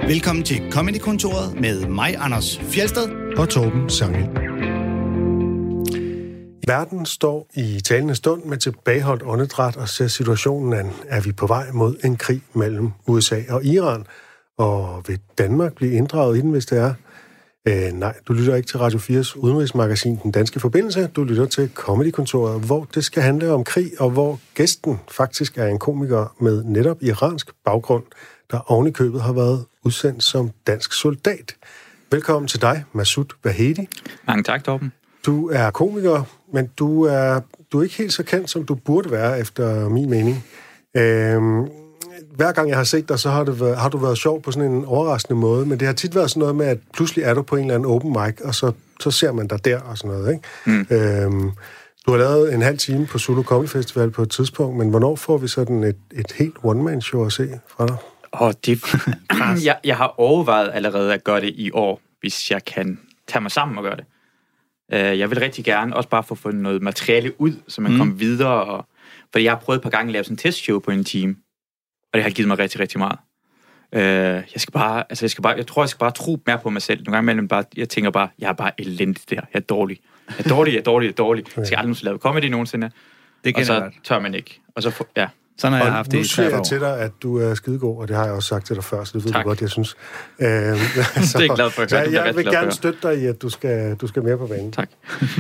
Velkommen til Comedy-kontoret med mig, Anders Fjeldsted og Torben Sange. Verden står i talende stund med tilbageholdt åndedræt og ser situationen an. Er vi på vej mod en krig mellem USA og Iran? Og vil Danmark blive inddraget i den, hvis det er? Nej, du lytter ikke til Radio 4's udenrigsmagasin Den Danske Forbindelse. Du lytter til Comedy-kontoret, hvor det skal handle om krig, og hvor gæsten faktisk er en komiker med netop iransk baggrund, der oven i købet har været udsendt som dansk soldat. Velkommen til dig, Masoud Vahedi. Mange tak, Torben. Du er komiker, men du er ikke helt så kendt, som du burde være, efter min mening. Hver gang jeg har set dig, så har du været sjov på sådan en overraskende måde, men det har tit været sådan noget med, at pludselig er du på en eller anden open mic, og så ser man dig der og sådan noget, ikke? Du har lavet en halv time på Zulu Comedy Festival på et tidspunkt, men hvornår får vi sådan et helt one-man-show at se fra dig? Jeg har overvejet allerede at gøre det i år, hvis jeg kan tage mig sammen og gøre det. Jeg vil rigtig gerne også bare få fundet noget materiale ud, så man kommer videre. Fordi jeg har prøvet et par gange at lave sådan en testshow på en time, og det har givet mig rigtig, rigtig meget. Jeg tror, jeg skal bare tro mere på mig selv. Nogle gange imellem jeg tænker bare, jeg er bare elendig der. Jeg er dårlig. Jeg skal aldrig lave comedy nogensinde. Det og så tør man ikke. Og så, ja. Sådan har jeg haft det i 3 år. Nu siger jeg til dig, at du er skidegod, og det har jeg også sagt til dig før, så det ved du godt, jeg synes. Det er jeg glad for. Jeg vil gerne støtte dig i, at du skal mere på banen. Tak.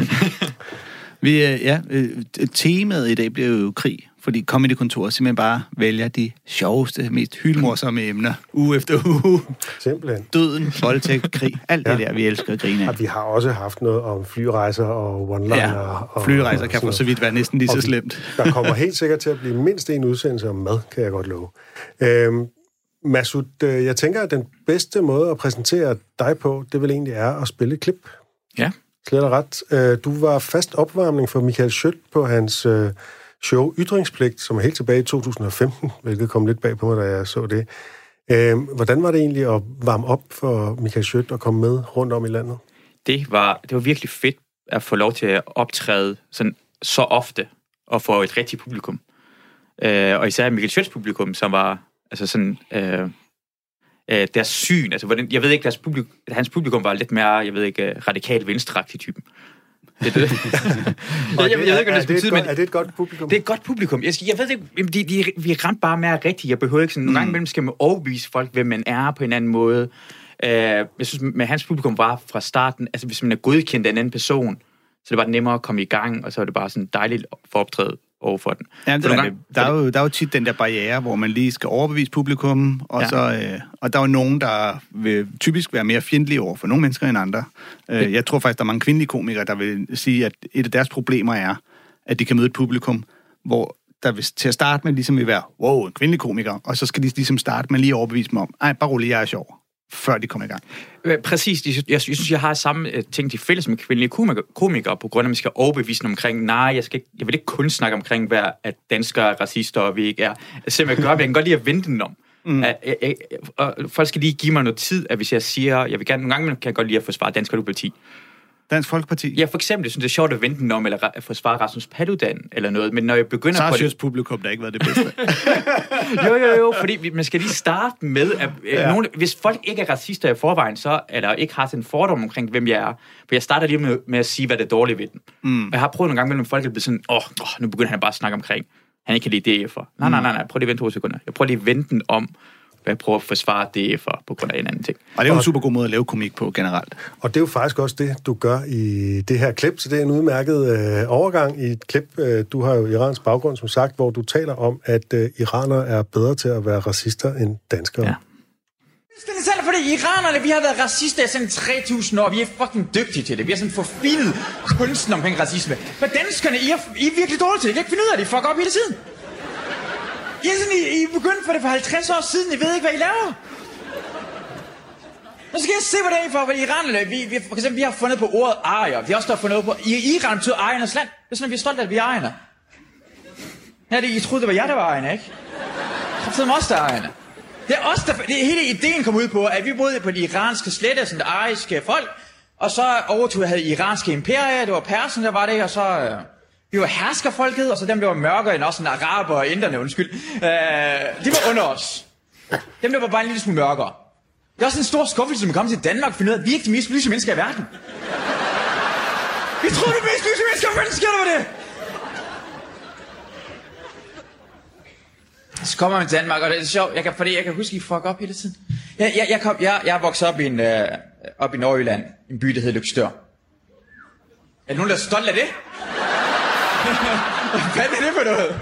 Temaet i dag bliver jo krig, fordi Comedy-kontoret simpelthen bare vælger de sjoveste, mest hyldmorsomme emner, uge efter uge. Simpelthen. Døden, voldtægt, krig, alt det der, vi elsker at grine af. Og vi har også haft noget om flyrejser og one-liner. Ja, flyrejser kan for så vidt være næsten lige så slemt. Der kommer helt sikkert til at blive mindst en udsendelse om mad, kan jeg godt love. Masoud, jeg tænker, at den bedste måde at præsentere dig på, det vil egentlig er at spille et klip. Ja. Slet og ret. Du var fast opvarmning for Michael Schødt på hans show Ytringspligt, som er helt tilbage i 2015, hvilket kom lidt bag på mig, da jeg så det. Hvordan var det egentlig at varme op for Michael Schødt og komme med rundt om i landet? Det var virkelig fedt at få lov til at optræde så ofte og få et rigtigt publikum. Og især Michael Schødts publikum, som var deres syn, jeg ved ikke, hans publikum var lidt mere, radikal venstreagtig typen. Jeg ved ikke, hvad det skal betyde, men er det et godt publikum? Det er et godt publikum. Jeg ved ikke, vi ramte bare mere rigtigt. Jeg behøver ikke sådan, nogle gange imellem skal man overbevise folk, hvem man er på en anden måde. Jeg synes, med hans publikum var fra starten, altså hvis man er godkendt af en anden person, så det var nemmere at komme i gang, og så er det bare sådan dejligt for optræde overfor den. Ja, der er jo tit den der barriere, hvor man lige skal overbevise publikum, og og der er jo nogen, der vil typisk være mere fjendtlige over for nogle mennesker end andre. Jeg tror faktisk, der er mange kvindelige komikere, der vil sige, at et af deres problemer er, at de kan møde et publikum, hvor der vil til at starte med ligesom vil være, en kvindelig komiker, og så skal de ligesom starte med lige at overbevise dem om, bare rolig, jeg er sjov, før de kommer i gang. Præcis. Jeg synes, jeg har samme ting til fælles med kvindelige komikere, på grund af, at man skal overbevise dem omkring, jeg vil ikke kun snakke omkring, at danskere er racister, og vi ikke er. Simpelthen jeg kan godt lide at vente den om. Og folk skal lige give mig noget tid, at hvis jeg siger, jeg vil gerne, nogle gange kan jeg godt lide at forsvare Dansk Folkeparti. Dansk Folkeparti? Ja, for eksempel, jeg synes, det er sjovt at vente den om, eller at forsvare Rasmus Paludan, eller noget, men når jeg begynder så på synes publikum, der ikke været det bedste. jo, fordi man skal lige starte med, at hvis folk ikke er racister i forvejen, så, eller ikke har sådan en fordom omkring, hvem jeg er, for jeg starter lige med at sige, hvad det er dårligt ved den. Og jeg har prøvet nogle gange mellem folk, at blive sådan, nu begynder han bare at snakke omkring, han ikke kan lide DF'er. Nej, prøv lige at vente 2 sekunder. Jeg prøver lige at vente den om, hvad jeg prøver at forsvare DF'er på grund af en anden ting. Og det er jo en super god måde at lave komik på generelt. Og det er jo faktisk også det, du gør i det her klip, så det er en udmærket overgang i et klip. Du har jo iransk baggrund, som sagt, hvor du taler om, at iranere er bedre til at være racister end danskere. Ja. Det er selv, fordi iranerne, vi har været racister i sådan 3.000 år. Vi er fucking dygtige til det. Vi har sådan forfinet kunsten omkring racisme. Men danskerne, I er virkelig dårlige til det. I kan ikke finde ud af det. I fucker op hele tiden. I begyndte for det for 50 år siden. I ved ikke, hvad I laver. Nu skal jeg se, hvad det er for iranerne. For eksempel, vi har fundet på ordet arier. Vi har også fundet på, i Iran betyder ariernes land. Det er sådan, at vi er stolte af, at vi er arierne. Ja, I troede, det var jer, der var arierne, ikke? Jeg troede også, der er arierne. Det er også det hele ideen kom ud på, at vi boede på de iranske slette, sådan det ariske folk, og så overtog havde iranske imperier, det var Persien, der var det, og så vi var herskerfolket, og så dem, der var mørkere end os, sådan araber og inderne, undskyld, de var under os. Dem, der var bare en lille smule mørkere. Det er også en stor skuffelse, at komme til Danmark og finde ud af, at vi er ikke de mest lyse mennesker i verden. Vi troede, det mest lyse mennesker, hvordan sker der med det? Så kommer man til Danmark, og det er sjovt, jeg kan huske, I fuck op hele tiden. Jeg er vokset op i Nordjylland, en by, der hedder Løgstør. Er der nogen, der er stolt af det? Hvad fanden er det for noget?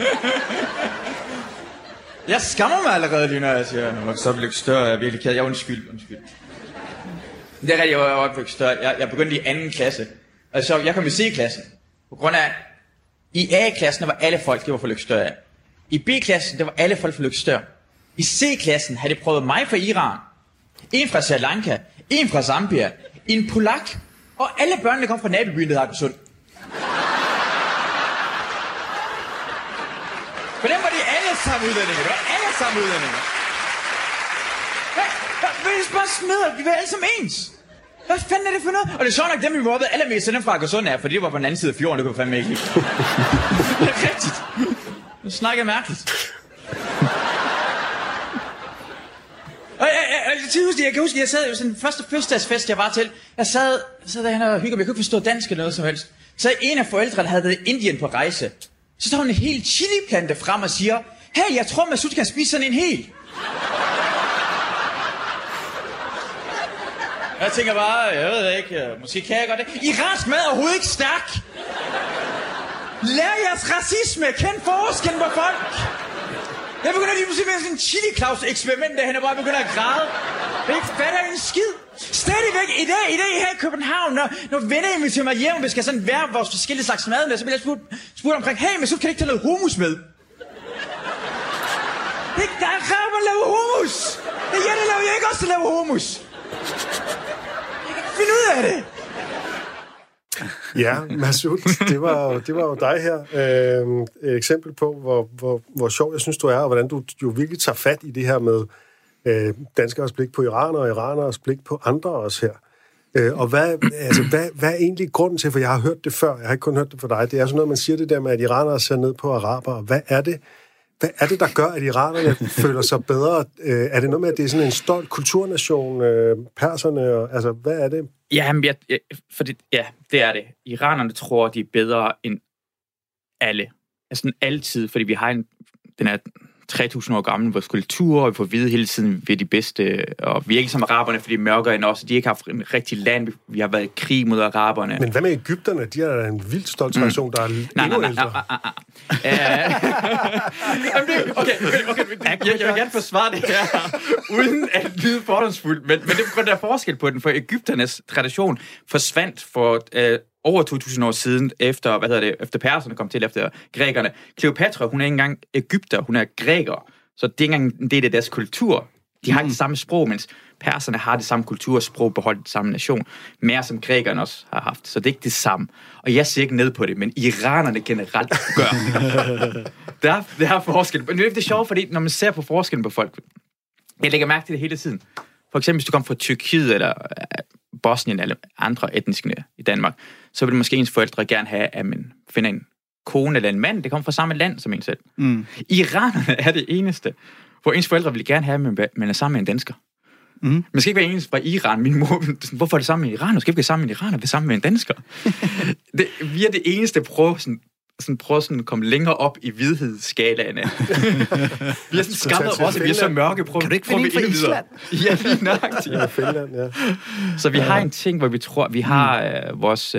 Jeg skammer mig allerede lige, når jeg siger, jeg vokset op i Løgstør, jeg er virkelig ked. Jeg undskyld. Det er rigtigt, jeg var oppe i Løgstør. Jeg begyndte i 2. klasse. Og så jeg kom i C-klassen. På grund af, i A-klassen var alle folk, de var fra Løgstør af. I B-klassen, der var alle folk fra Løgstør. I C-klassen havde de prøvet mig fra Iran, en fra Sri Lanka, en fra Zambia, en polak, og alle børnene kom fra nabobyen, der hedder Akersund. For dem var de alle sammen udlændinge. Vi bare smider, vi var alle sammen ens. Hvad fanden er det for noget? Og det er sjovt nok, dem vi mobbede allermest, så dem fra Akersund er, fordi det var på den anden side af fjorden, det kunne fandme ikke lide. Det er rigtigt. Nu snakker jeg mærkeligt. Jeg kan huske, jeg sad jo sådan den første fødselsdagsfest, jeg var til. Jeg sad derhen og hyggede, men jeg kunne ikke forstå dansk eller noget som helst. Så en af forældrene havde været i Indien på rejse. Så tager hun en hel chiliplante frem og siger, hey, jeg tror, Masud kan spise sådan en hel. Jeg tænker bare, jeg ved ikke, måske kan jeg godt det. Iransk mad er overhovedet ikke stærk. Lær jeres racisme, kend forskellen på folk. Jeg begynder lige pludselig med sådan en chili-claus-eksperiment, der henne bare begynder at græde. Jeg ikke fatter en skid. Stadigvæk i dag her i København, når venner inviterer mig hjem, og vi skal sådan være vores forskellige slags mad med, så bliver jeg spurgt omkring, hey, men så kan du ikke tage noget hummus med? Der er araber, der laver hummus. Jeg laver jeg ikke også, der laver hummus. Jeg kan ikke finde ud af det. Ja, Masud, det var jo dig her. Et eksempel på, hvor sjov jeg synes, du er, og hvordan du jo virkelig tager fat i det her med danskeres blik på iranere og iraneres blik på andre også her. Og hvad er egentlig grunden til, for jeg har hørt det før, jeg har ikke kun hørt det for dig, det er sådan noget, man siger det der med, at iranere ser ned på araber. Hvad er det, der gør, at iranerne føler sig bedre? Er det noget med, at det er sådan en stolt kulturnation, perserne? Altså, hvad er det? Jamen, det er det. Iranerne tror, de er bedre end alle. Altså altid, fordi vi har den er 3.000 år gammel, vores kultur, og vi får at vide hele tiden, vi er de bedste, og vi er ikke som araberne, fordi de er mørkere end os, de ikke har haft en rigtig land, vi har været i krig mod araberne. Men hvad med Egypterne? De har en vildt stolt tradition, der er endnu ældre. Okay. Jeg vil gerne forsvare det her, uden at lyde fordomsfuldt, men det er der forskel på den, for Egypternes tradition forsvandt for over 2.000 år siden, efter perserne kom til, efter grækerne. Kleopatra, hun er ikke engang egypter, hun er græker, så det er ikke engang en del af deres kultur. De har ikke det samme sprog, mens perserne har det samme kultursprog, beholdt det samme nation, mere som grækerne også har haft, så det er ikke det samme. Og jeg ser ikke ned på det, men iranerne generelt gør. Der er forskel. Men det er sjovt, fordi når man ser på forskellen på folk, jeg lægger mærke til det hele tiden. For eksempel, hvis du kommer fra Tyrkiet eller Bosnien eller andre etniske i Danmark, så vil måske ens forældre gerne have, at man finder en kone eller en mand, det kommer fra samme land som en selv. Iranerne er det eneste, hvor ens forældre vil gerne have, at man er sammen med en dansker. Man skal ikke være ens fra Iran. Min mor, hvorfor er det sammen med en iraner? Skal ikke være sammen med en iraner, være sammen med en dansker? Vi er det eneste, prøver at komme længere op i hvidhedsskalaen. Vi har sådan skammet os, at vi er så mørke. Kan du ikke finde en fra Island? Ja, lige nøjagtigt. Ja, Finland, ja. Så vi har en ting, hvor vi tror, vi har vores,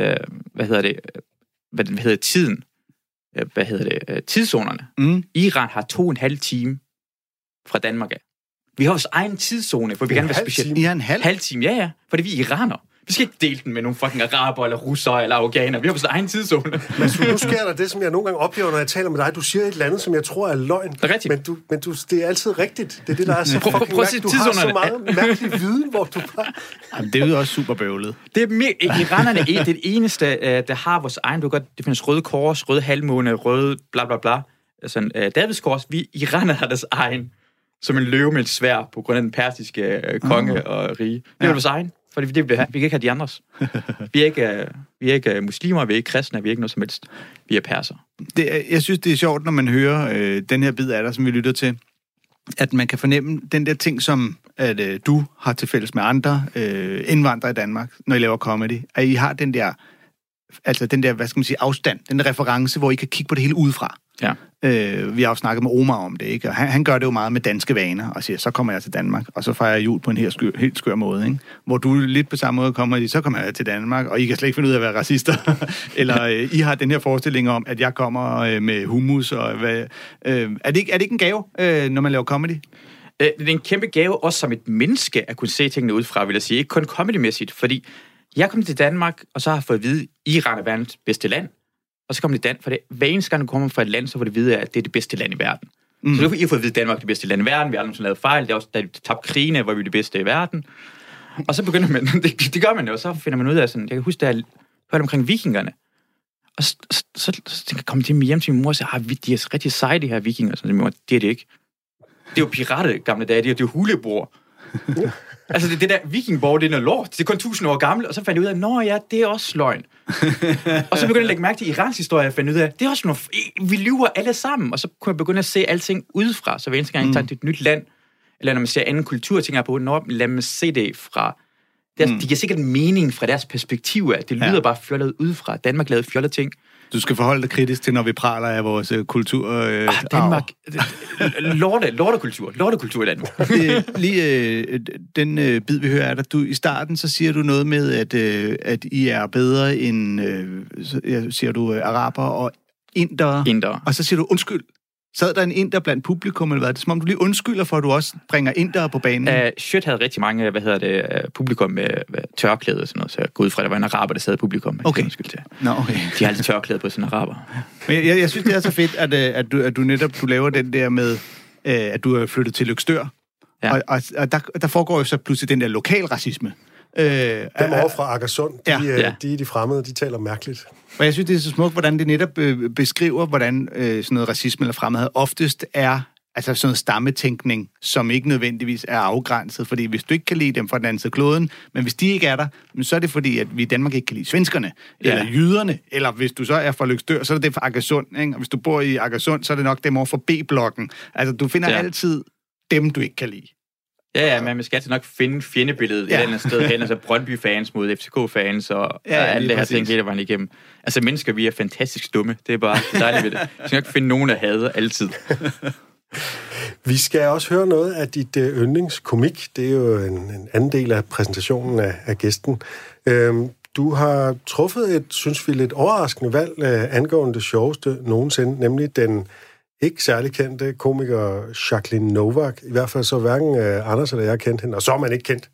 tiden. Tidszonerne. Iran har 2,5 time fra Danmark af. Vi har vores egen tidszone, hvor vi gerne vil være specielt. I har en halv time, ja. Fordi vi er iranere. Vi skal ikke dele den med nogle fucking araber, eller russere, eller afghanere. Vi har vores egen tidszone. Men nu sker der det, som jeg nogle gange oplever, når jeg taler med dig. Du siger et eller andet, som jeg tror er løgn. Det er rigtigt. Men det er altid rigtigt. Det er det, der er så fucking mærkeligt. Du har så meget mærkelig viden, hvor du bare... Jamen, det er jo også super bøvlet. Det er iranerne det er det eneste, der har vores egen. Det findes røde kors, røde halvmåne, røde bla bla bla. Altså, Davids kors. Iranerne har deres egen. Som en løve med et sværd på grund af den persiske konge og rige. Det er vores egen. Fordi det vil vi have. Vi kan ikke have de andres. Vi er ikke muslimer, vi er ikke kristne, vi er ikke noget som helst. Vi er perser. Jeg synes, det er sjovt, når man hører den her bid af dig, som vi lytter til. at man kan fornemme den der ting, som at du har til fælles med andre indvandrere i Danmark, når I laver comedy, at I har den der, altså den der, hvad skal man sige, afstand, den der reference, hvor I kan kigge på det hele udefra. Ja. Vi har jo snakket med Omar om det, ikke? Og han gør det jo meget med danske vaner, og siger, så kommer jeg til Danmark, og så fejrer jeg jul på en helt skør måde, ikke? Hvor du lidt på samme måde kommer, så kommer jeg til Danmark, og I kan slet ikke finde ud af at være racister. Eller I har den her forestilling om, at jeg kommer med hummus, og hvad... Er det ikke en gave, når man laver comedy? Det er en kæmpe gave, også som et menneske, at kunne se tingene udefra, vil jeg sige. Ikke kun comedymæssigt, fordi jeg kom til Danmark, og så har jeg fået at vide, at Iran er verdens bedste land. Og så kom det for det. Hver eneste gang du kommer fra et land, så får du vide, at det er det bedste land i verden. Så du har fået at vide, at Danmark er det bedste land i verden. Vi har aldrig lavet fejl. Det er også, da vi tabte krigene, hvor vi er det bedste i verden. Og så begynder man, det gør man jo, og så finder man ud af sådan, jeg kan huske, da jeg hørte omkring vikingerne. Og så tænker jeg, kom hjem til min mor og sagde, de er rigtig seje, de her vikinger. Så min mor, det er det ikke. Det er jo pirater gamle dage, det er jo hulebor. Altså det der vikingborg, det er noget lort. Det er kun 1000 år gammelt, og så fandt jeg ud af, nå ja, det er også løgn. Og så begyndte jeg at lægge mærke til Irans historie, jeg fandt ud af, det er også noget, vi lyver alle sammen. Og så kunne jeg begynde at se alting udefra, så hver eneste gang jeg tager til et nyt land, eller når man ser anden kultur, tænker jeg på, lad mig se det fra... De giver sikkert en mening fra deres perspektiv af, det lyder bare fjollet udefra. Danmark lavede fjollet ting. Du skal forholde dig kritisk til, når vi praler af vores kultur. Danmark. Lortekultur i Danmark. Den bid, vi hører af dig, i starten, så siger du noget med, at I er bedre end, siger du, araber og indere. Og så siger du, undskyld. Sad der en inder blandt publikum, eller hvad? Det er som om, du lige undskylder for, at du også bringer indere på banen. Shit havde rigtig mange, publikum med tørklæde og sådan noget, så jeg går ud fra, at der var en araber, der sad i publikum. Okay. Okay. De har altid tørklæde på sådan en araber. Men jeg synes, det er så fedt, at du netop laver den der med, at du er flyttet til Løgstør. Ja. Og der foregår jo så pludselig den der lokal racisme. Dem over fra Akersund, de er de fremmede, de taler mærkeligt. Og jeg synes, det er så smukt, hvordan det netop beskriver, hvordan sådan noget racisme eller fremmedhed oftest er altså sådan noget stammetænkning, som ikke nødvendigvis er afgrænset. Fordi hvis du ikke kan lide dem fra den anden side kloden, men hvis de ikke er der, så er det fordi, at vi i Danmark ikke kan lide svenskerne, eller jyderne, eller hvis du så er fra Løgstør, så er det fra Akersund, ikke? Og hvis du bor i Akersund, så er det nok dem over for B-blokken. Altså, du finder altid dem, du ikke kan lide. Ja, men man skal altid nok finde fjendebilledet et eller andet sted hen, altså Brøndby-fans mod FCK-fans og alle det her ting hele vejen igennem. Altså mennesker, vi er fantastisk dumme. Det er bare dejligt ved det. Vi skal nok finde nogen, der hader altid. Vi skal også høre noget af dit yndlingskomik. Det er jo en anden del af præsentationen af gæsten. Du har truffet et, synes vi, lidt overraskende valg angående det sjoveste nogensinde, nemlig den ikke særlig kendte komiker Jacqueline Novak. I hvert fald så hverken Anders eller jeg kendte hende, og så er man ikke kendt.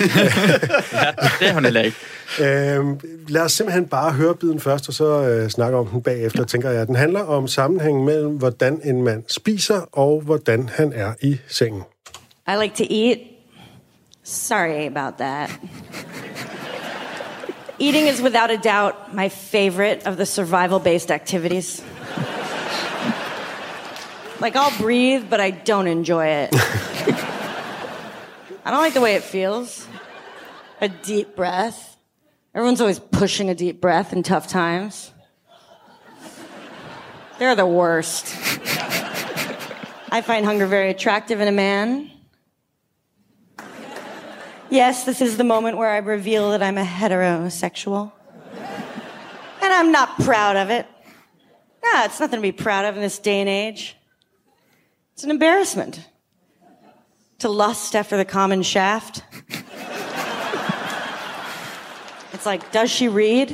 Det er hun heller ikke. Lad os simpelthen bare høre biden først, og så snakke om den bagefter, tænker jeg. Den handler om sammenhængen mellem, hvordan en mand spiser, og hvordan han er i sengen. I like to eat. Sorry about that. Eating is without a doubt my favorite of the survival-based activities. Like, I'll breathe, but I don't enjoy it. I don't like the way it feels. A deep breath. Everyone's always pushing a deep breath in tough times. They're the worst. I find hunger very attractive in a man. Yes, this is the moment where I reveal that I'm a heterosexual. And I'm not proud of it. No, it's nothing to be proud of in this day and age. It's an embarrassment to lust after the common shaft. It's like, does she read?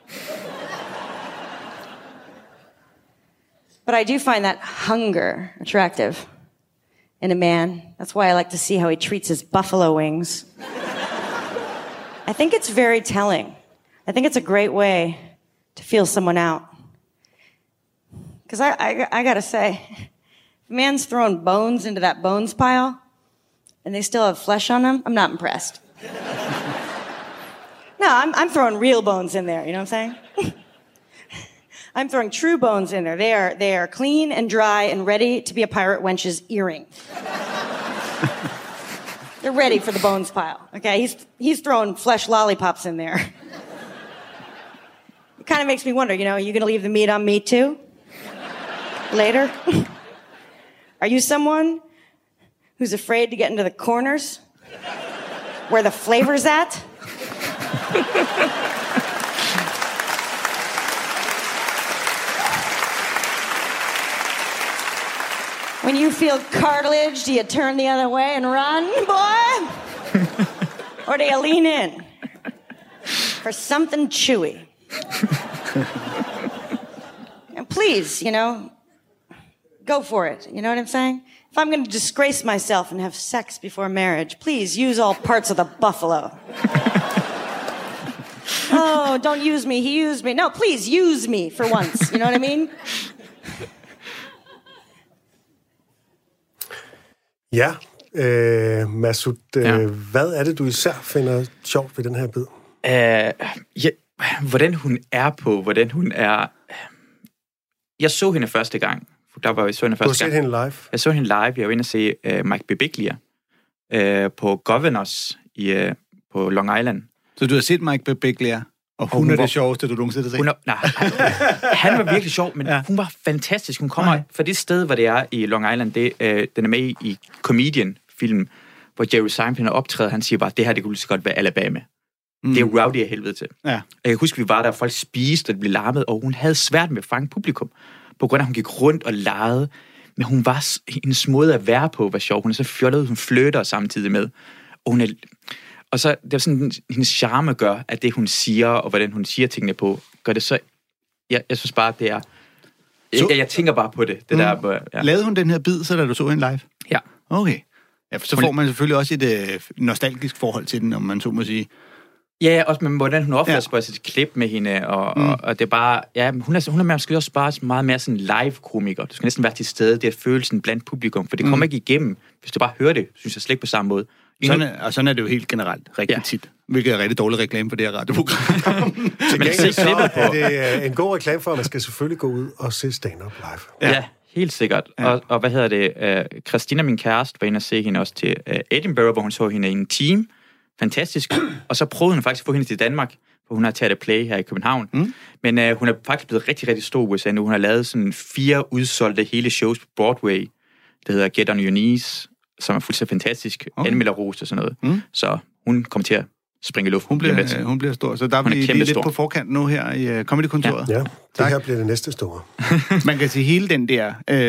But I do find that hunger attractive in a man. That's why I like to see how he treats his buffalo wings. I think it's very telling. I think it's a great way to feel someone out. Because I gotta say, if a man's throwing bones into that bones pile, and they still have flesh on them, I'm not impressed. No, I'm throwing real bones in there, you know what I'm saying? I'm throwing true bones in there. They are clean and dry and ready to be a pirate wench's earring. They're ready for the bones pile. Okay, he's throwing flesh lollipops in there. It kind of makes me wonder, are you going to leave the meat on me too? Later? Are you someone who's afraid to get into the corners where the flavor's at. When you feel cartilage, do you turn the other way and run, boy? Or do you lean in for something chewy? And please, go for it. You know what I'm saying? If I'm going to disgrace myself and have sex before marriage, please use all parts of the buffalo. Oh, don't use me. He used me. No, please use me for once. You know what I mean? Ja, Masud, hvad er det, du især finder sjovt ved den her bid? Hvordan hun er... Jeg så hende første gang. Du har set hende live? Jeg så hende live. Jeg var inde og se Mike Birbiglia på Governors på Long Island. Så du har set Mike Birbiglia? Og hun er det sjoveste, du nogensinde har set? Han var virkelig sjov, men hun var fantastisk. Hun kommer fra det sted, hvor det er i Long Island. Den er med i Comedian-film, hvor Jerry Seinfeld optræder. Han siger bare, det her, det kunne lige så godt være Alabama. Det er rowdy af helvede til. Ja. Jeg kan huske, vi var der, og folk spiste, og det blev larmet, og hun havde svært med at fange publikum, på grund af, at hun gik rundt og legede. Men hun var hendes måde at være på, var sjov. Hun er så fjollet, hun flytter samtidig med. Og så, det er sådan, hendes charme gør, at det, hun siger, og hvordan hun siger tingene på, gør det så... Jeg synes bare, det er... Jeg tænker bare på det. Lavede hun den her bid, så da du så hende live? Ja. Okay. Ja, så får man selvfølgelig også et nostalgisk forhold til den, om man så må sige. Ja, også med hvordan hun opfører sig på et klip med hende, og det er bare... Ja, hun er måske også bare meget mere sådan live-komiker. Du skal næsten være til stede, det er følelsen blandt publikum, for det kommer ikke igennem. Hvis du bare hører det, synes jeg slet ikke på samme måde. Sådan er det jo helt generelt rigtig tit, hvilket er rigtig dårlig reklame for det her radioprogram. Men så er det en god reklame for, at man skal selvfølgelig gå ud og se stand-up live. Ja, helt sikkert. Ja. Og hvad hedder det? Christina, min kæreste, var inde og se hende også til Edinburgh, hvor hun så hende i en team. Fantastisk. Og så prøvede hun faktisk at få hende til Danmark, hvor hun har taget play her i København. Men hun er faktisk blevet rigtig, rigtig stor i USA nu. Hun har lavet sådan 4 udsolgte hele shows på Broadway. Det hedder Get On Your Knees, som er fuldstændig fantastisk. Anmelderrost og sådan noget. Så hun kommer til at springe i luft. Hun bliver stor. Så der er vi lidt på forkant nu her i Comedy-kontoret. Ja, det her bliver det næste store. Man kan sige hele den der,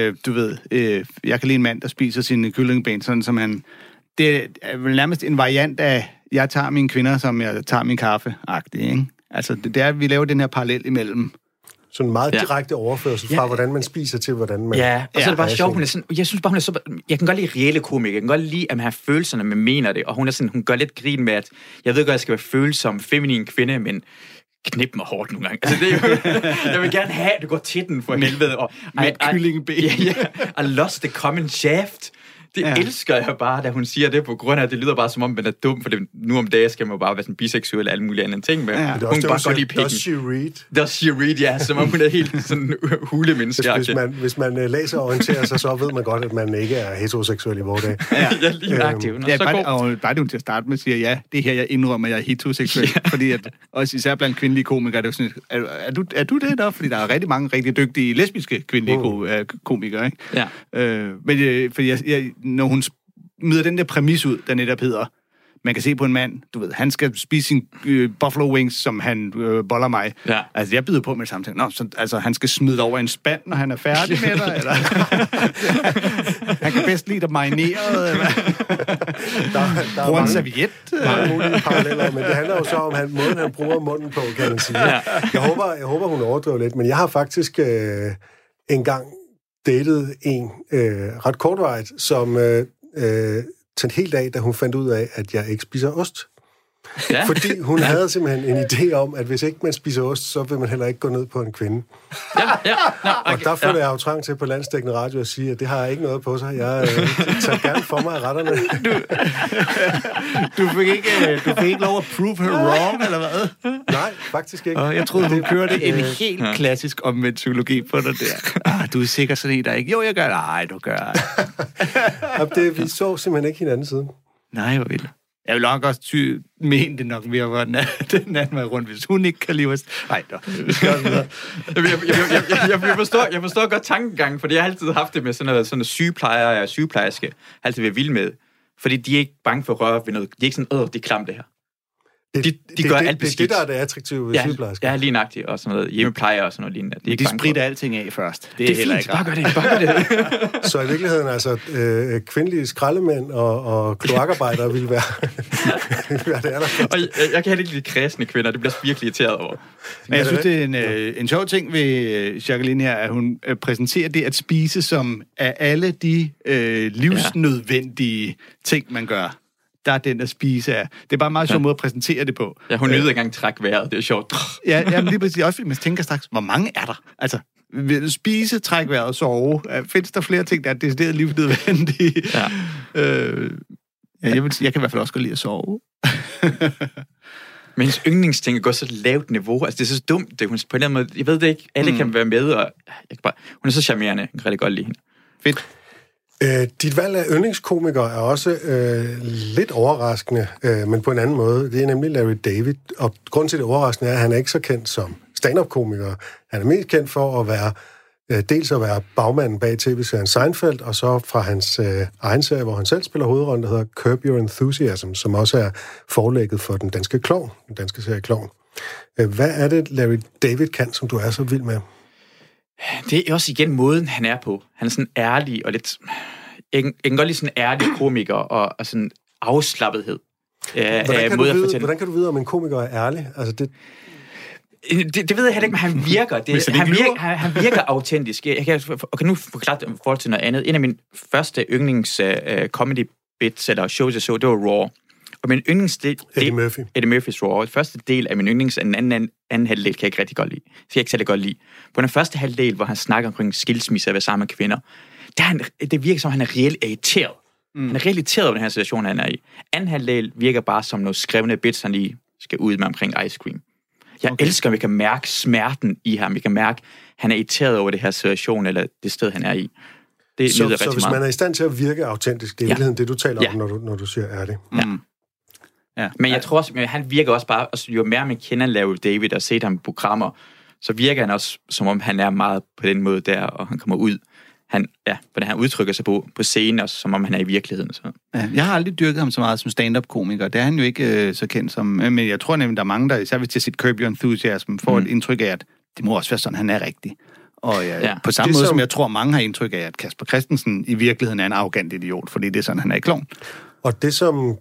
jeg kan lide en mand, der spiser sine kyllingeben, sådan som han... Det er vel nærmest en variant af, jeg tager mine kvinder, som jeg tager min kaffe-agtigt, ikke? Altså, det er, vi laver den her parallel imellem. Sådan en meget direkte overførsel fra, hvordan man spiser til, hvordan man... Ja, og så er det bare sjovt, hun er sådan... Jeg synes bare, hun er så... Jeg kan godt lide reelle komikere. Jeg kan godt lide, at man har følelserne, man mener det. Og hun er sådan... Hun gør lidt grin med, at jeg ved godt, at jeg skal være følsom, feminin kvinde, men knip mig hårdt nogle gange. Altså, det er jo... Jeg vil gerne have, at du går til den for helvede. Og, med kyllingeben. I lost the common shaft. Det elsker jeg bare, da hun siger det, på grund af, at det lyder bare som om, man er dum, for nu om dagen skal man jo bare være sådan biseksuel og alle mulige andre ting med. Ja. Hun kan bare godt lide pikken. Does she read, ja, som om hun er helt sådan hulemenneske. Hvis man læser og orienterer sig, så ved man godt, at man ikke er heteroseksuel i vores dag. Ja, lige aktiv. Bare det hun til at starte med siger, ja, det her, jeg indrømmer, jeg er heteroseksuel. Fordi at, også især blandt kvindelige komikere, det er sådan, er du det der? Fordi der er rigtig mange rigtig dygtige lesbiske kvindelige komikere, ikke? Ja. Men fordi når hun møder den der præmis ud, der netop hedder, man kan se på en mand, du ved, han skal spise sin buffalo wings, som han boller mig. Ja. Altså, jeg byder på med samtalen. Nå, så, altså, han skal smide over en spand, når han er færdig med dig, eller? Han kan bedst lide at marinere, eller? Bruger en serviet. Mange mulige paralleller, men det handler jo så om måden, han bruger munden på, kan man sige. Ja. Jeg håber, hun overdriver lidt, men jeg har faktisk engang datede en ret kortvarigt, som tændte helt af, da hun fandt ud af, at jeg ikke spiser ost. Ja. Fordi hun havde simpelthen en idé om, at hvis ikke man spiser ost, så vil man heller ikke gå ned på en kvinde. Okay. Og der føler jeg jo trang til på landsdækkende radio at sige, at det har jeg ikke noget på sig. Jeg tager gerne for mig af retterne. Du fik ikke lov at prove her wrong, eller hvad? Nej, faktisk ikke. Jeg troede, hun kørte en helt klassisk omvendt psykologi på dig der. Du er sikker sådan en, der ikke... Jo, jeg gør det. Nej, du gør det. Vi så simpelthen ikke hinanden siden. Nej, hvor vildt. Jeg vil nok også mene det nok mere, hvor den anden vej rundt, hvis hun ikke kan lide os. Nej, da. Jeg forstår godt tankegangen, fordi jeg har altid haft det med sådan noget sygeplejer og sygeplejerske. Har altid været vild med. Fordi de er ikke bange for at røre ved noget. De er ikke sådan, det er klamt det her. De gør alt beskidt. Det er det, der er det attraktive ved sygeplejersker. Ja, lige nøjagtigt. Og sådan noget hjemmeplejer og sådan noget lignende. De spritter alting af først. Det er heller fint. Ikke bare gør det. Så i virkeligheden, altså, kvindelige skraldemænd og kloakarbejdere ville være det allerførste. Og jeg kan heller ikke lide kredsende kvinder. Det bliver virkelig irriteret over. Men jeg synes, det er en sjov ting ved Jacqueline her, at hun præsenterer det at spise som af alle de livsnødvendige ting, man gør. Der er den at spise af. Det er bare en meget sjov måde at præsentere det på. Ja, hun nyder engang træk vejret. Det er sjovt. Ja, men lige præcis. Også fordi man tænker straks, hvor mange er der? Altså, spise, træk vejret og sove. Findes der flere ting, der er decideret livsnødvendige? Ja. Jeg kan i hvert fald også godt lide at sove. Men hendes yndlingsting går så lavt niveau. Altså, det er så dumt. Det, hun, på en eller anden måde, jeg ved det ikke. Alle kan være med, og hun er så charmerende. Jeg kan rigtig godt lide hende. Fedt. Dit valg af yndlingskomiker er også lidt overraskende, men på en anden måde. Det er nemlig Larry David, og grunden til det overraskende er, at han er ikke så kendt som stand-up-komiker. Han er mest kendt for at være dels at være bagmanden bag tv-serien Seinfeld, og så fra hans egen serie, hvor han selv spiller hovedrollen, der hedder Curb Your Enthusiasm, som også er forlægget for den danske Klovn, den danske serie Klovn. Hvad er det, Larry David kan, som du er så vild med? Det er også igen måden, han er på. Han er sådan ærlig og lidt... Jeg kan godt lide sådan ærlig komiker og sådan afslappethed. Hvordan kan du vide, om en komiker er ærlig? Altså det ved jeg heller ikke, men han virker. Han virker autentisk. Jeg kan nu forklare det forhold til noget andet. En af mine første yndlings comedy bits eller shows, jeg så, det var Raw. Og min yndlingsdel... Eddie Murphys Raw. Første del af min yndlings, en anden halvdel kan jeg ikke rigtig godt lide. Så jeg ikke særlig godt lide. På den første halvdel, hvor han snakker omkring skilsmisse og være sammen med kvinder, det virker som, han er reelt irriteret. Han er reelt irriteret over den her situation, han er i. Anden halvdel virker bare som noget skrevne bits, han lige skal ud med omkring ice cream. Jeg elsker, at vi kan mærke smerten i ham. Vi kan mærke, at han er irriteret over det her situation, eller det sted, han er i. Det så hvis meget. Man er i stand til at virke autentisk, det er i virkeligheden det, du taler om, når du siger ærlig. Ja. Men jeg tror også, at han virker også bare, altså, jo mere man kender Larry David og set ham i programmer, så virker han også, som om han er meget på den måde der, og han kommer ud. Hvordan han udtrykker sig på scenen, også, som om han er i virkeligheden. Så. Ja, jeg har aldrig dyrket ham så meget som stand-up-komiker. Det er han jo ikke så kendt som. Men jeg tror nemlig, der er mange, der, især hvis de har set Curb Your Enthusiasm, får et indtryk af, at det må også være sådan, han er rigtig. Og på samme måde, som jeg tror, mange har indtryk af, at Kasper Christensen i virkeligheden er en arrogant idiot, fordi det er sådan, han er i Klovn. Og det som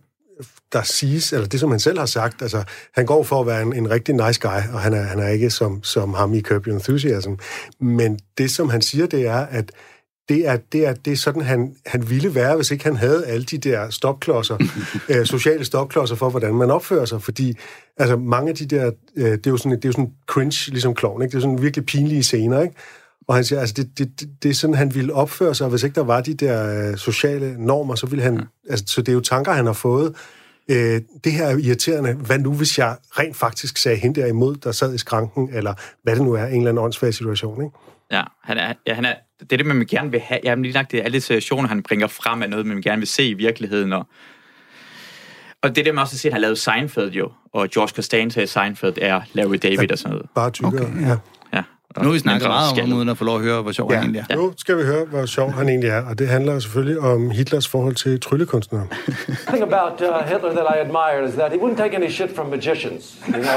der siges, eller det som han selv har sagt, altså han går for at være en rigtig nice guy, og han er ikke som ham i Curb Your Enthusiasm, men det som han siger, det er, at det er sådan, han ville være, hvis ikke han havde alle de der stopklodser, sociale stopklodser for, hvordan man opfører sig, fordi altså mange af de der, det er jo sådan cringe, ligesom Klovn, ikke? Det er sådan virkelig pinlige scener, ikke? Og han siger, altså det er sådan, han ville opføre sig, og hvis ikke der var de der sociale normer, så ville han, altså så det er jo tanker, han har fået. Det her er irriterende. Hvad nu, hvis jeg rent faktisk sagde hende der imod, der sad i skranken, eller hvad det nu er, en eller anden åndssvag situation, ikke? Ja, han er det er det, man gerne vil have. Jamen lige nok, det er alle situationer, han bringer frem af noget, man gerne vil se i virkeligheden, og det er det, man også har set, han har lavet Seinfeld jo, og George Costanza i Seinfeld er Larry David og sådan noget. Bare tykkere, ja. Nu har vi snakket meget om, uden at få lov at høre, hvor sjov han egentlig er. Ja. Nu skal vi høre, hvor sjov han egentlig er, og det handler selvfølgelig om Hitlers forhold til tryllekunstnere. The thing about Hitler that I admired is that he wouldn't take any shit from magicians, you know?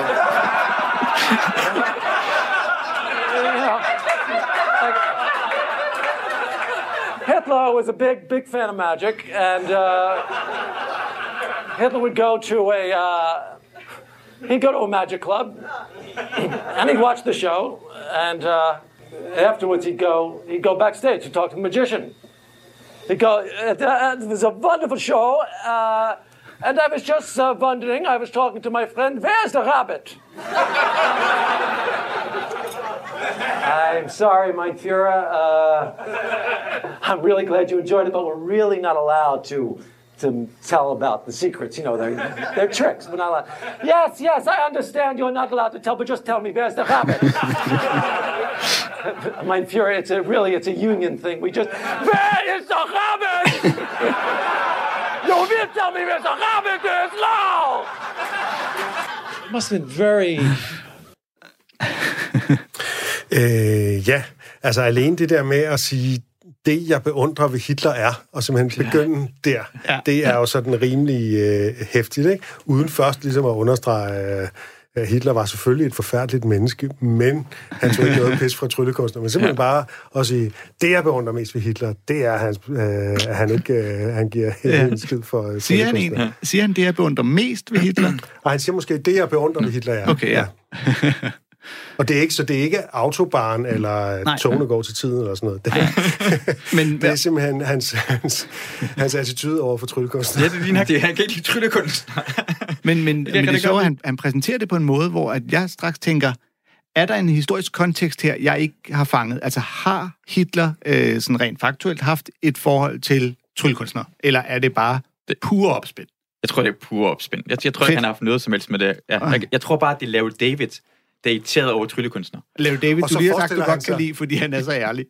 Hitler was a big fan of magic, and Hitler would go to a magic club, and he'd watch the show, and afterwards he'd go backstage to talk to the magician. He'd go, it was a wonderful show, and I was just wondering, I was talking to my friend, where's the rabbit? I'm sorry, mein Führer. I'm really glad you enjoyed it, but we're really not allowed to tell about the secrets. You know, they're tricks. We're not allowed. Yes, I understand you're not allowed to tell, but just tell me, where's the rabbit? Mein Führer, it's a union thing. Where is the rabbit? You Will you tell me, Mr. Rabbit, is law? It must have been very... Ja, altså alene det der med at sige, det jeg beundrer ved Hitler er, og simpelthen begynde der, det er jo sådan rimelig hæftigt, ikke? Uden først ligesom at understrege, at Hitler var selvfølgelig et forfærdeligt menneske, men han tog ikke noget pis fra tryllekunstner, men simpelthen bare at sige, det jeg beundrer mest ved Hitler, det er, at han giver en skid for tryllekunstner. Siger han det, jeg beundrer mest ved Hitler? Nej, han siger måske, det jeg beundrer ved Hitler er. Okay, ja. Og det er ikke, så det er ikke autobahn eller togene går til tiden eller sådan noget. Men det er simpelthen hans attitude over for tryllekunstner. Ja, det ligner det. Han kan ikke lide tryllekunstner. men det er sjovt, at han præsenterer det på en måde, hvor at jeg straks tænker, er der en historisk kontekst her, jeg ikke har fanget? Altså har Hitler sådan rent faktuelt haft et forhold til tryllekunstner? Eller er det bare pure opspind? Jeg tror, det er pure opspind. Jeg tror ikke, han har haft noget som helst med det. Jeg tror bare, at det lavede David, der er irriteret over tryllekunstner. Lave David, du lige har sagt, du godt kan lide, fordi han er så ærlig.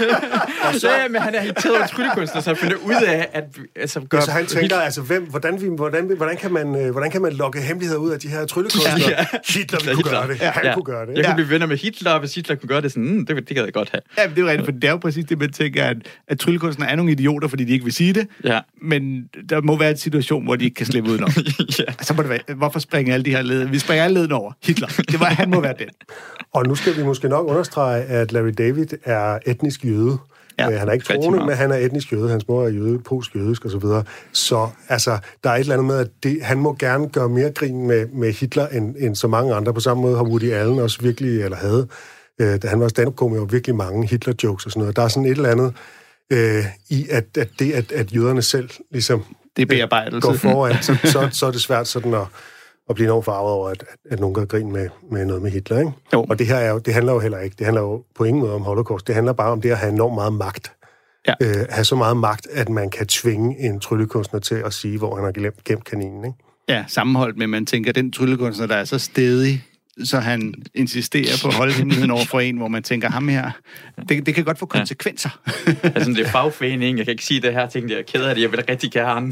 Men han er irriteret over tryllekunstner, så han finder ud af, at... Altså, så han tænker, altså, hvordan kan man lokke hemmeligheder ud af de her tryllekunstnere? Hitler kunne gøre det. Han kunne gøre det. Jeg kunne blive venner med Hitler, og hvis Hitler kunne gøre det, sådan, det kan jeg godt have. Ja, det er jo rigtigt, for det er jo præcis det, man tænker, at tryllekunstnere er nogle idioter, fordi de ikke vil sige det. Ja. Men der må være en situation, hvor de ikke kan slippe udenom. Så må det være, hvorfor springer alle de her led? Vi springer alle ledene over. Hitler. Han må være den. Og nu skal vi måske nok understrege, at Larry David er etnisk jøde. Ja, han er ikke troende, men han er etnisk jøde. Hans mor er jøde, polsk-jødisk osv. Så altså, der er et eller andet med, at han må gerne gøre mere grin med Hitler, end så mange andre. På samme måde har Woody Allen også virkelig, eller havde, da han var stand-up-komiker, virkelig mange Hitler-jokes og sådan noget. Der er sådan et eller andet i, at jøderne selv ligesom det bearbejdelse. Går foran, så er det svært sådan at blive enormt farvet over, at nogen gør grin med noget med Hitler, ikke? Jo. Og det her det handler jo heller ikke. Det handler jo på ingen måde om Holocaust. Det handler bare om det at have enormt meget magt. Ja. Have så meget magt, at man kan tvinge en tryllekunstner til at sige, hvor han har gemt kaninen, ikke? Ja, sammenholdt med, man tænker, den tryllekunstner, der er så stædig, så han insisterer på at holde hemmeligheden over for en, hvor man tænker, ham her, det kan godt få konsekvenser. Altså, det er fagforening, jeg kan ikke sige det her ting, jeg er ked af det, jeg vil rigtig gerne.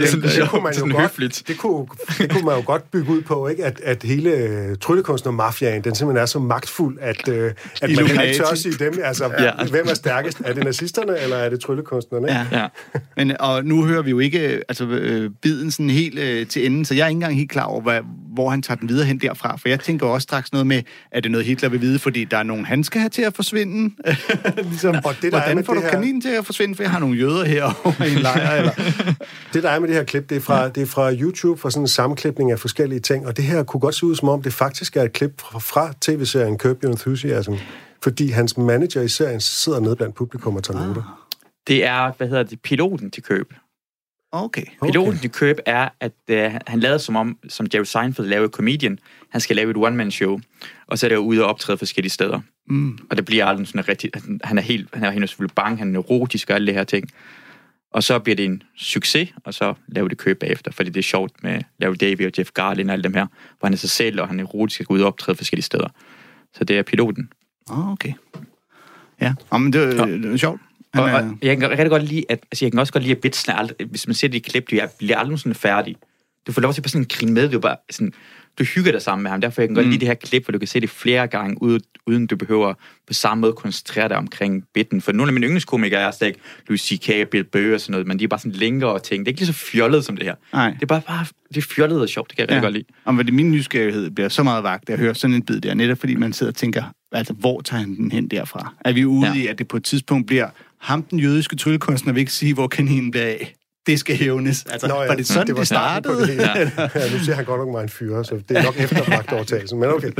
Det kunne man jo godt bygge ud på, ikke? At hele tryllekunstner-mafiaen, den simpelthen er så magtfuld, at man kan ikke tør at sige dem. Altså, hvem er stærkest? Er det nazisterne, eller er det tryllekunstnerne? Ja. Men, og nu hører vi jo ikke biden sådan helt til enden, så jeg er ikke engang helt klar over, hvor han tager den videre hen derfra, for jeg tænker også straks noget med, at det er noget Hitler vil vide, fordi der er nogen, han skal have til at forsvinde. Ligesom, og det, hvordan får du kaninen til at forsvinde, for jeg har nogle jøder herovre i en lejr? Eller? Det, der er med det her klip, det er fra YouTube, for sådan en sammenklipning af forskellige ting, og det her kunne godt se ud, som om det faktisk er et klip fra tv-serien Curb Your Enthusiasm, fordi hans manager i serien sidder nede blandt publikum og tager noter. Det er, piloten til Curb. Okay. Piloten til Curb er, at han lavede som Jerry Seinfeld lavede Comedian. Han skal lave et one-man-show, og så er det ude og optræde forskellige steder. Og det bliver aldrig sådan rigtig... Han er selvfølgelig bange, han er neurotisk og alle det her ting. Og så bliver det en succes, og så laver det Curb bagefter, fordi det er sjovt med Larry David og Jeff Garlin og alle dem her, hvor han er sig selv, og han er neurotisk og går ud og optræde forskellige steder. Så det er piloten. Okay. Ja, men det er sjovt. Og jeg kan rigtig godt lide, jeg kan også godt lide, at vitsene hvis man ser det i klip, de bliver aldrig sådan færdige. Du får lov til bare sådan en grin med, du hygger dig sammen med ham. Derfor jeg kan godt lide det her klip, hvor du kan se det flere gange, uden du behøver på samme måde koncentrere dig omkring bitten. For nogle af mine yndlingskomikere er stadig Louis C.K., Bill Burr og sådan noget, men de er bare sådan længere ting. Det er ikke lige så fjollet som det her. Nej. Det er bare det er fjollet og sjovt, det kan jeg rigtig godt lide. Og min nysgerrighed bliver så meget vagt, at jeg hører sådan en bid der, netop fordi man sidder og tænker, altså hvor tager han den hen derfra? Er vi ude i, at det på et tidspunkt bliver ham, den jødiske tryllekunstner, vil ikke sige, hvor kaninen bliver af? Det skal hævnes. Altså, var det sådan, det startede? Nu siger han godt nok mig en fyre, så det er nok efter magtovertagelsen, men okay.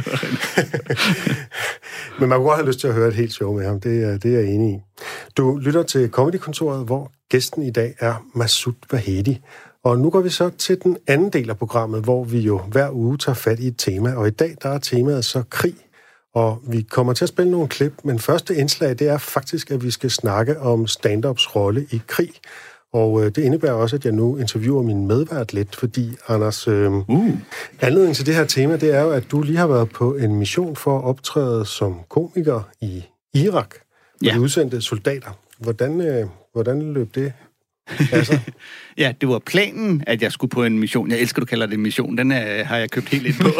Men man kunne godt have lyst til at høre et helt show med ham, det er jeg enig i. Du lytter til Comedy-kontoret, hvor gæsten i dag er Masoud Vahedi. Og nu går vi så til den anden del af programmet, hvor vi jo hver uge tager fat i et tema, og i dag der er temaet så krig. Og vi kommer til at spille nogle klip, men første indslag, det er faktisk, at vi skal snakke om stand-ups rolle i krig. Og det indebærer også, at jeg nu interviewer min medvært lidt, fordi, Anders, anledningen til det her tema, det er jo, at du lige har været på en mission for at optræde som komiker i Irak, hvor de udsendte soldater. Hvordan løb det Altså. Ja, det var planen, at jeg skulle på en mission. Jeg elsker, du kalder det en mission. Den har jeg købt helt ind på.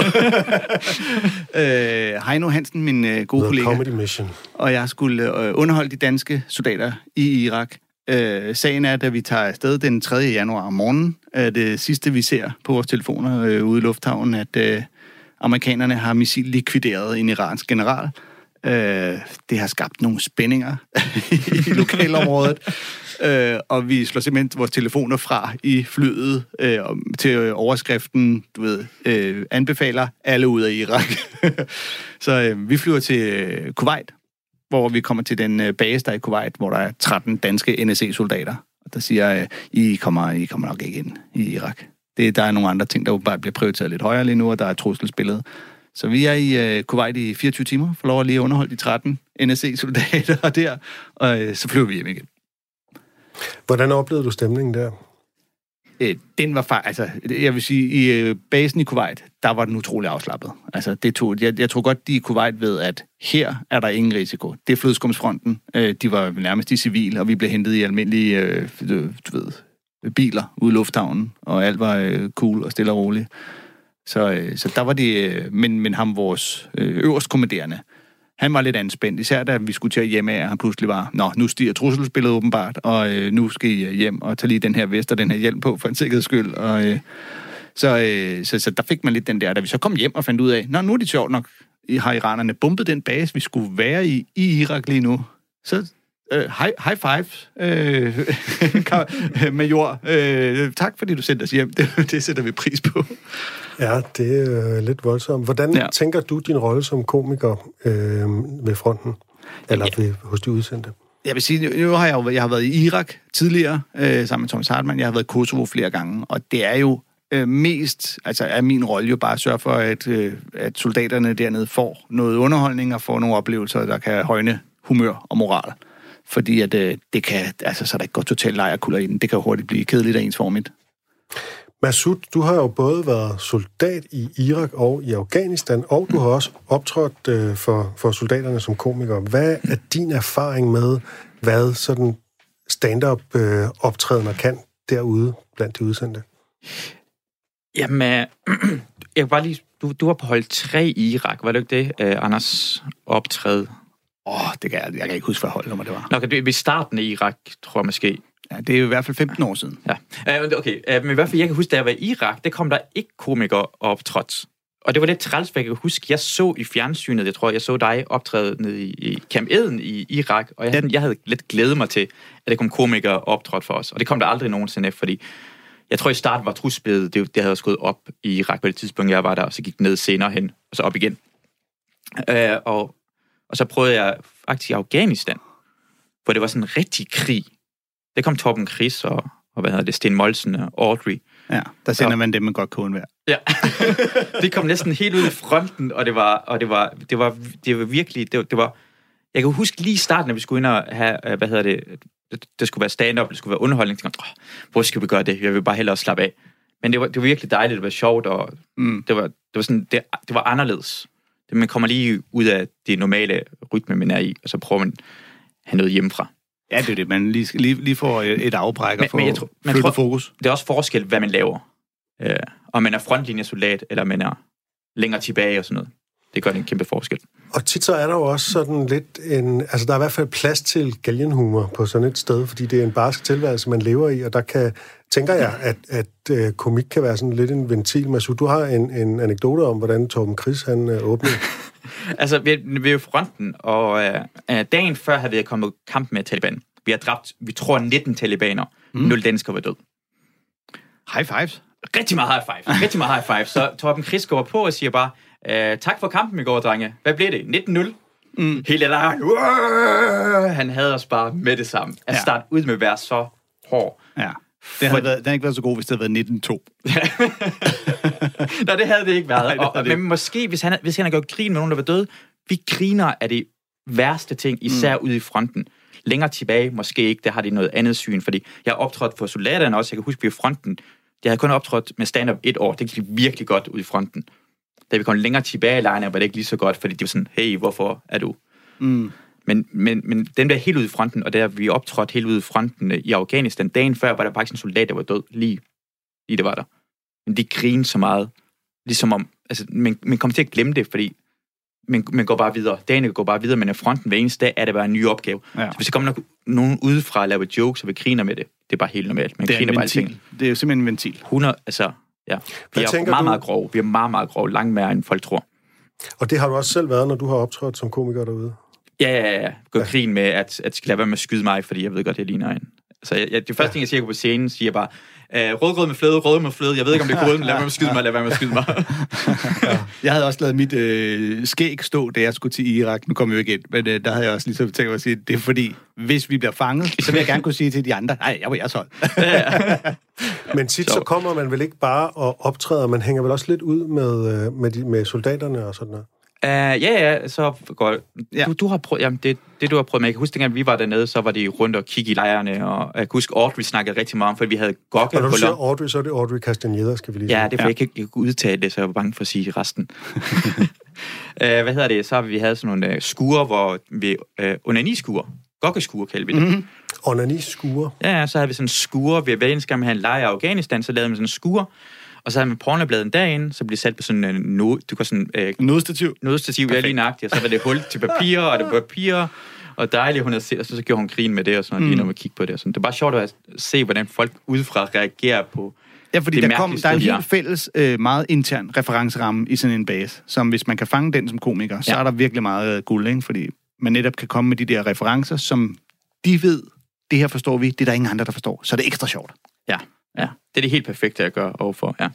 Heino Hansen, min gode kollega. Comedy mission. Og jeg skulle underholde de danske soldater i Irak. Sagen er, at vi tager afsted den 3. januar om morgenen. Det sidste, vi ser på vores telefoner ude i lufthavnen, at amerikanerne har missil-likvideret en iransk general. Det har skabt nogle spændinger i lokalområdet. Og vi slår simpelthen vores telefoner fra i flyet til overskriften, du ved, anbefaler alle ud af Irak. Så vi flyver til Kuwait, hvor vi kommer til den base, der er i Kuwait, hvor der er 13 danske NSC-soldater. Og der siger, I kommer nok ikke ind i Irak. Der er nogle andre ting, der bare bliver prioriteret lidt højere lige nu, og der er trusselsbilledet. Så vi er i Kuwait i 24 timer, får lov at lige underholde de 13 NSC-soldater der, og så flyver vi hjem igen. Hvordan oplevede du stemningen der? Den var altså, jeg vil sige, i basen i Kuwait, der var den utrolig afslappet. Altså, jeg tror godt, de i Kuwait ved, at her er der ingen risiko. Det er flødeskumsfronten. De var nærmest i civil, og vi blev hentet i almindelige, biler ude i lufthavnen, og alt var cool og stille og roligt. Så der var de, men ham, vores øverstkommanderende, han var lidt anspændt, især da vi skulle til at hjemme af, han pludselig var, nu stiger trusselsbilledet åbenbart, og nu skal I hjem og tage lige den her vest og den her hjelm på for en sikkerheds skyld. Og, så der fik man lidt den der, da vi så kom hjem og fandt ud af, nu er det sjovt nok, har iranerne bumpet den base, vi skulle være i Irak lige nu. Så high five, major. Tak, fordi du sendte os hjem. Det sætter vi pris på. Ja, det er lidt voldsomt. Hvordan tænker du din rolle som komiker ved fronten? Eller hos de udsendte? Jeg vil sige, nu har jeg har været i Irak tidligere, sammen med Thomas Hartmann. Jeg har været i Kosovo flere gange, og det er jo mest, altså er min rolle jo bare at sørge for, at soldaterne dernede får noget underholdning og får nogle oplevelser, der kan højne humør og moral. Fordi at det kan, altså så der ikke går totalt lejrkulder i den. Det kan jo hurtigt blive kedeligt og ensformigt. Masud, du har jo både været soldat i Irak og i Afghanistan, og du har også optrådt for soldaterne som komiker. Hvad er din erfaring med, hvad sådan stand-up optrædener kan derude blandt de udsendte? Jamen, jeg kan bare lige... Du var på hold 3 i Irak, var det ikke det, Anders optræde? Det kan jeg kan ikke huske, hvad holdnummer det var. Nå, det er ved starten i Irak, tror jeg måske. Ja, det er jo i hvert fald 15 år siden. Ja, okay. Men i hvert fald, jeg kan huske, da jeg var i Irak, der kom der ikke komikere optrådt. Og det var lidt træls, for jeg kan huske, jeg så i fjernsynet, jeg tror, jeg så dig optræde nede i Camp Eden i Irak, og jeg havde lidt glædet mig til, at der kom komikere optrådt for os. Og det kom der aldrig nogensinde, fordi jeg tror, i starten var trusselsbilledet, det havde skået op i Irak på det tidspunkt, jeg var der, og så gik ned senere hen, og så op igen. Og så prøvede jeg faktisk i Afghanistan, hvor det var sådan en rigtig krig. Det kom Torben Chris og Sten Molsen og Audrey. Ja, der sender man dem med godt koden hver. Ja, det kom næsten helt ud i fronten, og det var virkelig, det var, jeg kan huske lige i starten, at vi skulle ind og have, det skulle være stand-up, det skulle være underholdning. Jeg tænkte, hvor skal vi gøre det? Jeg vil bare hellere slappe af. Men det var virkelig dejligt, det var sjovt, og det var sådan, det var anderledes. Man kommer lige ud af det normale rytme, man er i, og så prøver man at have noget hjemmefra. Ja, det er det. Man lige får et afbræk og får flyttet fokus. Det er også forskel, hvad man laver. Om man er frontlinjesoldat, eller man er længere tilbage og sådan noget. Det gør en kæmpe forskel. Og tit så er der jo også sådan lidt altså der er i hvert fald plads til galgenhumor på sådan et sted, fordi det er en barsk tilværelse, man lever i, og der tænker jeg, at komik kan være sådan lidt en ventil. Masud, du har en anekdote om, hvordan Torben Chris, han åbnede. Altså, vi er jo fronten, og dagen før havde vi kommet kamp med Taliban. Vi har dræbt, vi tror, 19 talibaner. 0 danskere var død. High fives. Rigtig meget high five. Så Torben Chris går på og siger bare, tak for kampen i går, drenge. Hvad blev det? 19-0? Hele lejren. Han havde os bare med det samme. At starte ud med at være så hård. Ja. Den har ikke været så god, hvis det havde været 19-2. Nej, det havde det ikke været. Men måske, hvis han har gjort grin med nogen, der var døde, vi griner af det værste ting, især ude i fronten. Længere tilbage, måske ikke, der har de noget andet syn, fordi jeg har optrådt for soldaterne også. Jeg kan huske, vi i fronten, jeg havde kun optrådt med stand-up 1 år. Det gik virkelig godt ud i fronten. Da vi kom længere tilbage i lejren, var det ikke lige så godt, fordi det var sådan, hey, hvorfor er du? Men den der helt ude i fronten, og der vi optrådte helt ude i fronten i Afghanistan, dagen før var der faktisk en soldat, der var død, lige det var der. Men de grinede så meget, ligesom om, altså, man kommer til at glemme det, fordi man går bare videre. Dagene går bare videre, men af fronten hver eneste dag er det bare en ny opgave. Ja. Så hvis der kommer nogen udefra og laver jokes, og vi griner med det, det er bare helt normalt. Man griner bare ting. Det er jo simpelthen en ventil. 100, altså, ja. Vi er meget grove. Vi er meget grove, langt mere end folk tror. Og det har du også selv været, når du har optrådt som komiker derude? Ja. Gå grin med, at skal lade være med at skyde mig, fordi jeg ved godt, jeg ligner en. Så det første ting, jeg siger på scenen, siger bare, rødgrød med fløde, jeg ved ikke, om det er rød, men lad være med at skyde mig. Ja. Jeg havde også lavet mit skæg stå, da jeg skulle til Irak. Nu kom jeg jo ikke ind, men der havde jeg også ligesom tænkt mig at sige, det er fordi, hvis vi bliver fanget, så vil jeg gerne kunne sige til de andre, nej, jeg var jeres hold. Men tit så kommer man vel ikke bare og optræder, man hænger vel også lidt ud med soldaterne og sådan noget? Så går du har prøvet, jamen det du har prøvet, men jeg kan huske, dengang vi var dernede, så var de rundt og kigge i lejrene, og jeg kan huske, Audrey snakkede rigtig meget om, for vi havde gokke. Og når du siger Audrey, så er det Audrey Castaneda, skal vi lige sige. Ja, det er for jeg kan udtale det, så jeg var bange for at sige resten. Så har vi havde sådan nogle skure, hvor vi onaniskuer, gokkeskuer kalder vi det. Mm-hmm. Onaniskuer? Ja, så havde vi sådan en skure, hver eneste gang vi havde en lejr i Afghanistan, så lavede vi sådan en skure. Og så havde man pornobladet derinde, så blev det sat på sådan en nødstativ. Nødstativ, ja, lige nøjagtigt. Og så var det hul til papir, og det var papir, og dejligt, hun havde set, og så gjorde hun grin med det, og sådan, lige når man kigge på det. Og sådan. Det er bare sjovt at se, hvordan folk udefra reagerer på fordi der er en helt fælles, meget intern referenceramme i sådan en base, som hvis man kan fange den som komiker, så er der virkelig meget guld, ikke? Fordi man netop kan komme med de der referencer, som de ved, det her forstår vi, det er der ingen andre, der forstår. Så er det ekstra sjovt. Ja. Det er det helt perfekte at gøre overfor, ja.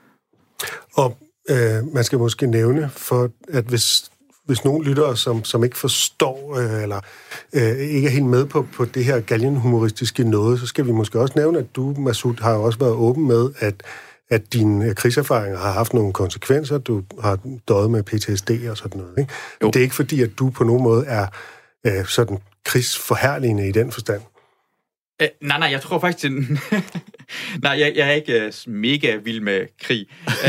Og man skal måske nævne, for at hvis nogen lyttere, som ikke forstår, eller ikke er helt med på det her galgenhumoristiske noget, så skal vi måske også nævne, at du, Masud, har jo også været åben med, at dine krigserfaringer har haft nogle konsekvenser. Du har døjet med PTSD og sådan noget, ikke? Det er ikke fordi, at du på nogen måde er sådan krigsforherligende i den forstand. Nej, jeg tror faktisk... Nej, jeg er ikke mega vild med krig. Det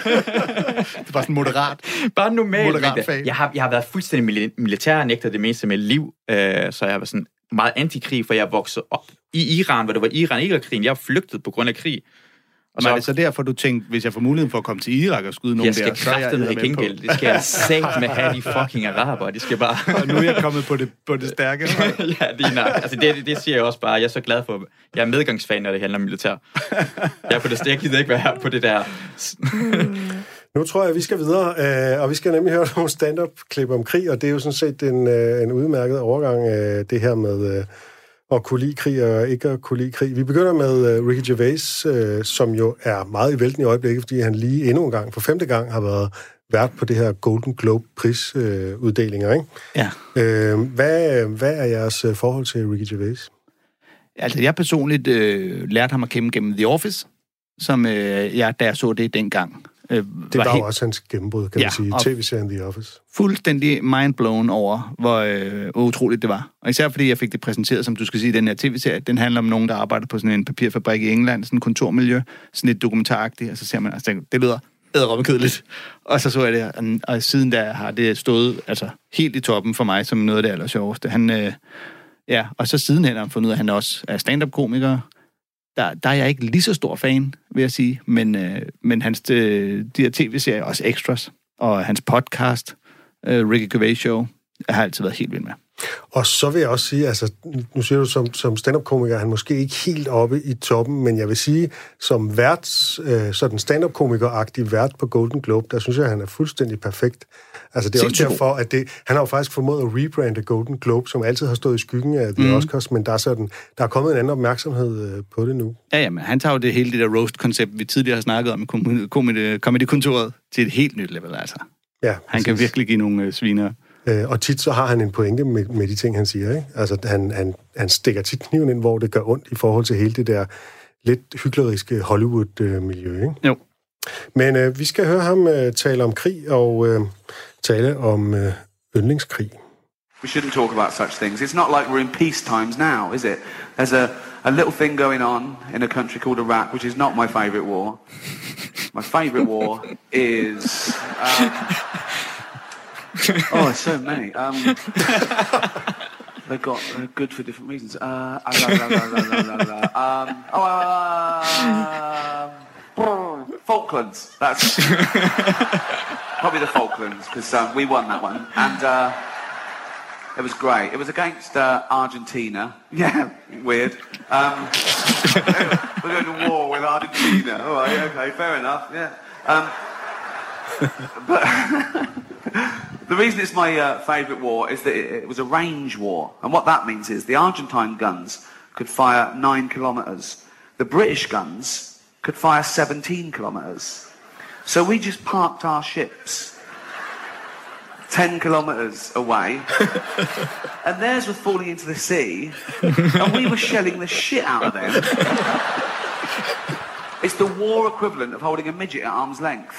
er bare sådan moderat. Bare normalt. Moderat fag. Jeg har været fuldstændig militærnægter det meste af mit liv, så jeg har været sådan meget antikrig, for jeg voksede op i Iran, hvor det var Iran-Irak-krigen. Jeg er flygtet på grund af krig. Og så er det så derfor, du tænkte, hvis jeg får muligheden for at komme til Irak og skyde nogen der, så er jeg have gengæld. Det skal jeg sagt med have de fucking araber. Det skal bare... Og nu er jeg kommet på det stærke. Ja, lige nok. Altså, det siger jeg også bare. Jeg er så glad for... Jeg er medgangsfan, når det handler om militær. Jeg er på det stærke. Jeg gider ikke være her på det der... Nu tror jeg, at vi skal videre, og vi skal nemlig høre nogle stand-up-klip om krig, og det er jo sådan set en udmærket overgang, det her med... og kunne lide krig og ikke at kunne lide krig. Vi begynder med Ricky Gervais, som jo er meget i vælten i øjeblikket, fordi han lige endnu en gang, for 5. gang, har været vært på det her Golden Globe-prisuddelinger, ikke? Ja. Hvad er jeres forhold til Ricky Gervais? Altså, jeg personligt lærte ham at kende gennem The Office, som da jeg så det dengang. Det var jo også hans gennembrud, kan man sige, tv-serien The Office. Fuldstændig mindblown over, hvor utroligt det var. Og især fordi jeg fik det præsenteret, som du skal sige, den her tv-serie, den handler om nogen, der arbejder på sådan en papirfabrik i England, sådan en kontormiljø, sådan lidt dokumentaragtigt, og så ser man, altså, det lyder æderrømmekedeligt. Og så så jeg det, og siden da har det stået altså helt i toppen for mig, som noget af det allersjoveste. Og så sidenhen har han fundet ud af, at han også er stand-up-komiker. Der er jeg ikke lige så stor fan, vil jeg sige, men hans de her tv-serier, også Extras, og hans podcast, Ricky Gervais Show, jeg har altid været helt vild med. Og så vil jeg også sige, altså, nu siger du som stand-up-komiker, han måske ikke helt oppe i toppen, men jeg vil sige, som vært, sådan stand-up-komiker-agtig vært på Golden Globe, der synes jeg, han er fuldstændig perfekt. Altså, det er også derfor, at han har jo faktisk formået at rebrande Golden Globe, som altid har stået i skyggen af The Oscars, men der er kommet en anden opmærksomhed på det nu. Ja, men han tager jo hele det der roast-koncept, vi tidligere har snakket om i Comedy-kontoret, til et helt nyt level, altså. Ja, han kan virkelig give nogle sviner. Og tit så har han en pointe med de ting, han siger, ikke? Altså, han stikker tit kniven ind, hvor det gør ondt i forhold til hele det der lidt hykleriske Hollywood-miljø, ikke? Jo. Men vi skal høre ham tale om krig og tale om yndlingskrig. We shouldn't talk about such things. It's not like we're in peace times now, is it? There's a little thing going on in a country called Iraq, which is not my favorite war. My favorite war is... Oh, so many. They're good for different reasons. Falklands. That's probably the Falklands, because we won that one. And it was great. It was against Argentina. Yeah, weird. We're going to war with Argentina. All right, okay, fair enough, yeah. But the reason it's my favourite war is that it was a range war. And what that means is the Argentine guns could fire 9 kilometres. The British guns could fire 17 kilometres. So we just parked our ships 10 kilometres away, and theirs were falling into the sea, and we were shelling the shit out of them. It's the war equivalent of holding a midget at arm's length.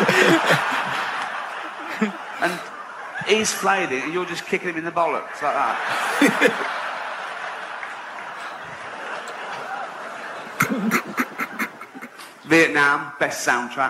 And he's flayed it, and you're just kicking him in the bollocks like that. Vietnam, best soundtrack.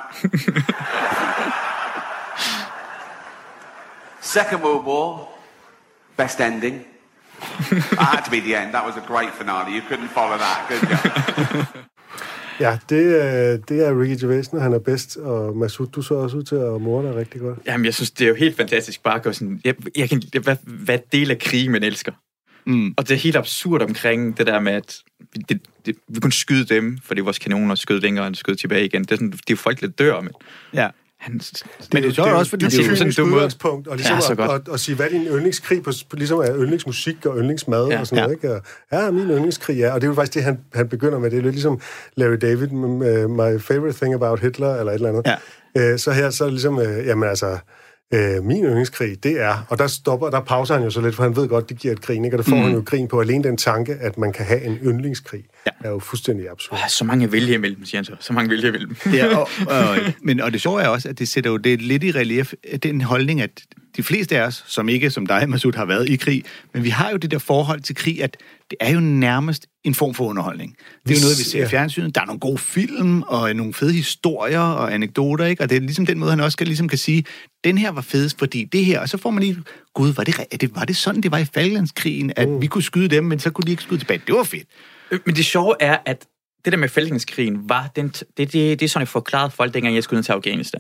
Second World War, best ending. That had to be the end. That was a great finale. You couldn't follow that, could you? Ja, det er Ricky Gervais, når han er bedst, og Masud, du så også ud til at more dig rigtig godt. Jamen, jeg synes, det er jo helt fantastisk bare at gå sådan... Jeg kan, hvad del af krig man elsker. Og det er helt absurd omkring det der med, at vi kunne skyde dem, fordi vores kanoner skød længere end skød tilbage igen. Det er, sådan, det er jo folk, der dør, men... Ja. Men det er jo også, fordi det er jo sådan et udgangspunkt, og ligesom ja, at sige, hvad er din yndlingskrig, ligesom er yndlingsmusik og yndlingsmad og sådan noget, ikke? Ja, min yndlingskrig, ja. Og det er jo faktisk det, han begynder med. Det er lidt ligesom Larry David, My Favorite Thing About Hitler, eller et eller andet. Ja. Så her, så er det ligesom, jamen altså... min yndlingskrig, det er... Og der pauser han jo så lidt, for han ved godt, det giver et grin, ikke? Og der får han jo grin på alene den tanke, at man kan have en yndlingskrig. Ja. Er jo fuldstændig absurd. Så mange vælge imellem, siger han så. Så mange vælge imellem. Ja, og det sjove er også, at det sætter jo det lidt i relief, den holdning, at de fleste af os, som ikke som dig, Masud, har været i krig, men vi har jo det der forhold til krig, at det er jo nærmest en form for underholdning. Det er jo noget, vi ser i fjernsynet. Der er nogle gode film, og nogle fede historier og anekdoter, ikke? Og det er ligesom den måde, han også kan sige, den her var fedest, fordi det her, og så får man lige, gud, var det sådan, det var i Falklandskrigen, at vi kunne skyde dem, men så kunne de ikke skyde tilbage. Det var fedt. Men det sjove er, at det der med Falklandskrigen var, det er sådan, jeg forklarede folk, dengang jeg skulle ned til Afghanistan.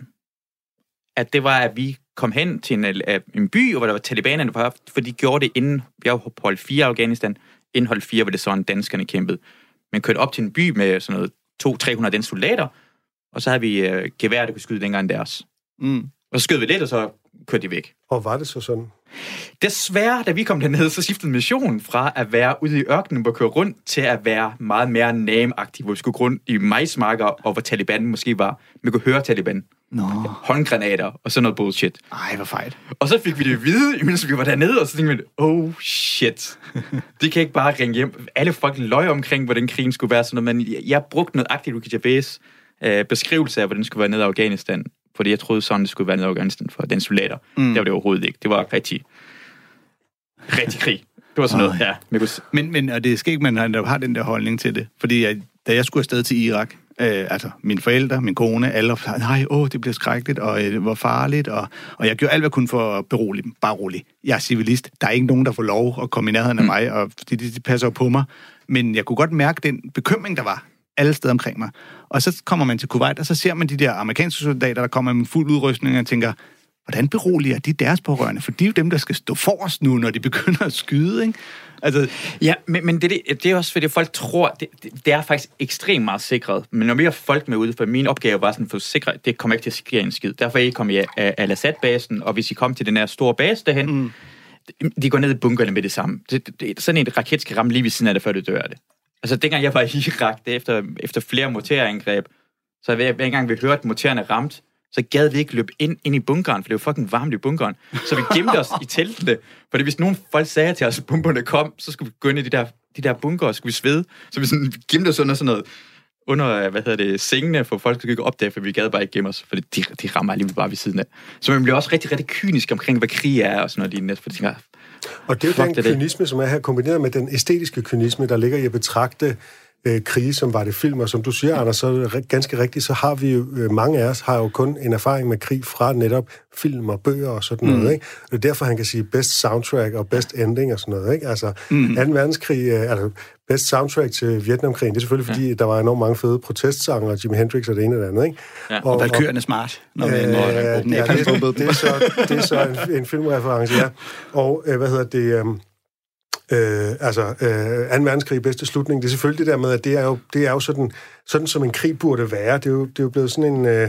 At det var, at vi kom hen til en by, hvor der var talibanerne, for de gjorde det inden, vi har holdt 4 i Afghanistan, inden holdt 4 var det sådan, danskerne kæmpede. Men kørte op til en by med sådan noget 200-300 danske soldater, og så havde vi gevær, der kunne skyde længere end deres. Og så skød vi lidt, og så kørte de væk. Og var det så sådan? Desværre, da vi kom dernede, så skiftede missionen fra at være ude i ørkenen, hvor køre rundt, til at være meget mere name-agtig, hvor vi skulle rundt i majsmarker, og hvor Taliban måske var. Man kunne høre Taliban. Håndgranater og sådan noget bullshit. Ej, hvor fejl. Og så fik vi det at vide, mens vi var dernede, og så tænkte vi, oh shit. Det kan ikke bare ringe hjem. Alle folk løg omkring, hvordan krigen skulle være sådan noget, men jeg brugte noget aktivt Ricky Gervais beskrivelse af, hvordan det skulle være nede i Afghanistan. Fordi jeg troede sådan, det skulle være nede i Afghanistan for den soldater. Det var det overhovedet ikke. Det var rigtig krig. Det var sådan noget, ja. Men og det er skægt, man har den der holdning til det. Fordi da jeg skulle afsted til Irak, altså mine forældre, min kone, alle nej, det bliver skrækkeligt, og det var farligt, og jeg gjorde alt, hvad jeg kunne for at berolige dem. Bare rolig. Jeg er civilist. Der er ikke nogen, der får lov at komme i nærheden af mig, og de passer på mig. Men jeg kunne godt mærke den bekymring, der var alle steder omkring mig. Og så kommer man til Kuwait, og så ser man de der amerikanske soldater, der kommer med fuld udrustning, og tænker, hvordan beroliger de deres pårørende? For de er jo dem, der skal stå forrest nu, når de begynder at skyde, ikke? Altså... Ja, men det er også, fordi folk tror, det er faktisk ekstremt meget sikret. Men når vi har folk med ude, for min opgave var sådan for at sikre, at det kommer ikke til at ske en skid. Derfor er I kommet af Al-Assad-basen, og hvis I kommer til den her store base derhen, de går ned i bunkerne med det samme. Sådan en raket skal ramme lige ved siden af det, før det dør af det. Altså, dengang jeg var i Irak, efter flere morterangreb, så hver gang vi hørte, at mortererne ramte, så gad vi ikke løbe ind i bunkeren, for det var fucking varmt i bunkeren. Så vi gemte os i teltene, fordi hvis nogen folk sagde til os, at bomberne kom, så skulle vi gå ind i de der bunker, og skulle vi svede. Så vi sådan, gemte os under sådan noget, under, sengene, for folk skulle ikke opdage, for vi gad bare ikke gemme os, for de rammer alligevel bare ved siden af. Så man bliver også rigtig, rigtig kynisk omkring, hvad krig er, og sådan noget lignende, for de tænker, og det er jo den kynisme, som er her kombineret med den æstetiske kynisme, der ligger i at betragte krige, som var det film, og som du siger, Anders, så er det ganske rigtigt, så har vi jo, mange af os har jo kun en erfaring med krig fra netop film og bøger og sådan noget, ikke? Og det er derfor, han kan sige best soundtrack og best ending og sådan noget, ikke? Altså, 2. verdenskrig, altså best soundtrack til Vietnamkrigen, det er selvfølgelig, fordi der var enormt mange fede protestsanger, og Jimi Hendrix og det ene og det andet, ikke? Ja, og Valkyrernes March, når vi det er så en filmreference, ja. Og, 2. verdenskrig bedste slutning, det er selvfølgelig det der med, at det er jo sådan som en krig burde være. Det er jo blevet sådan en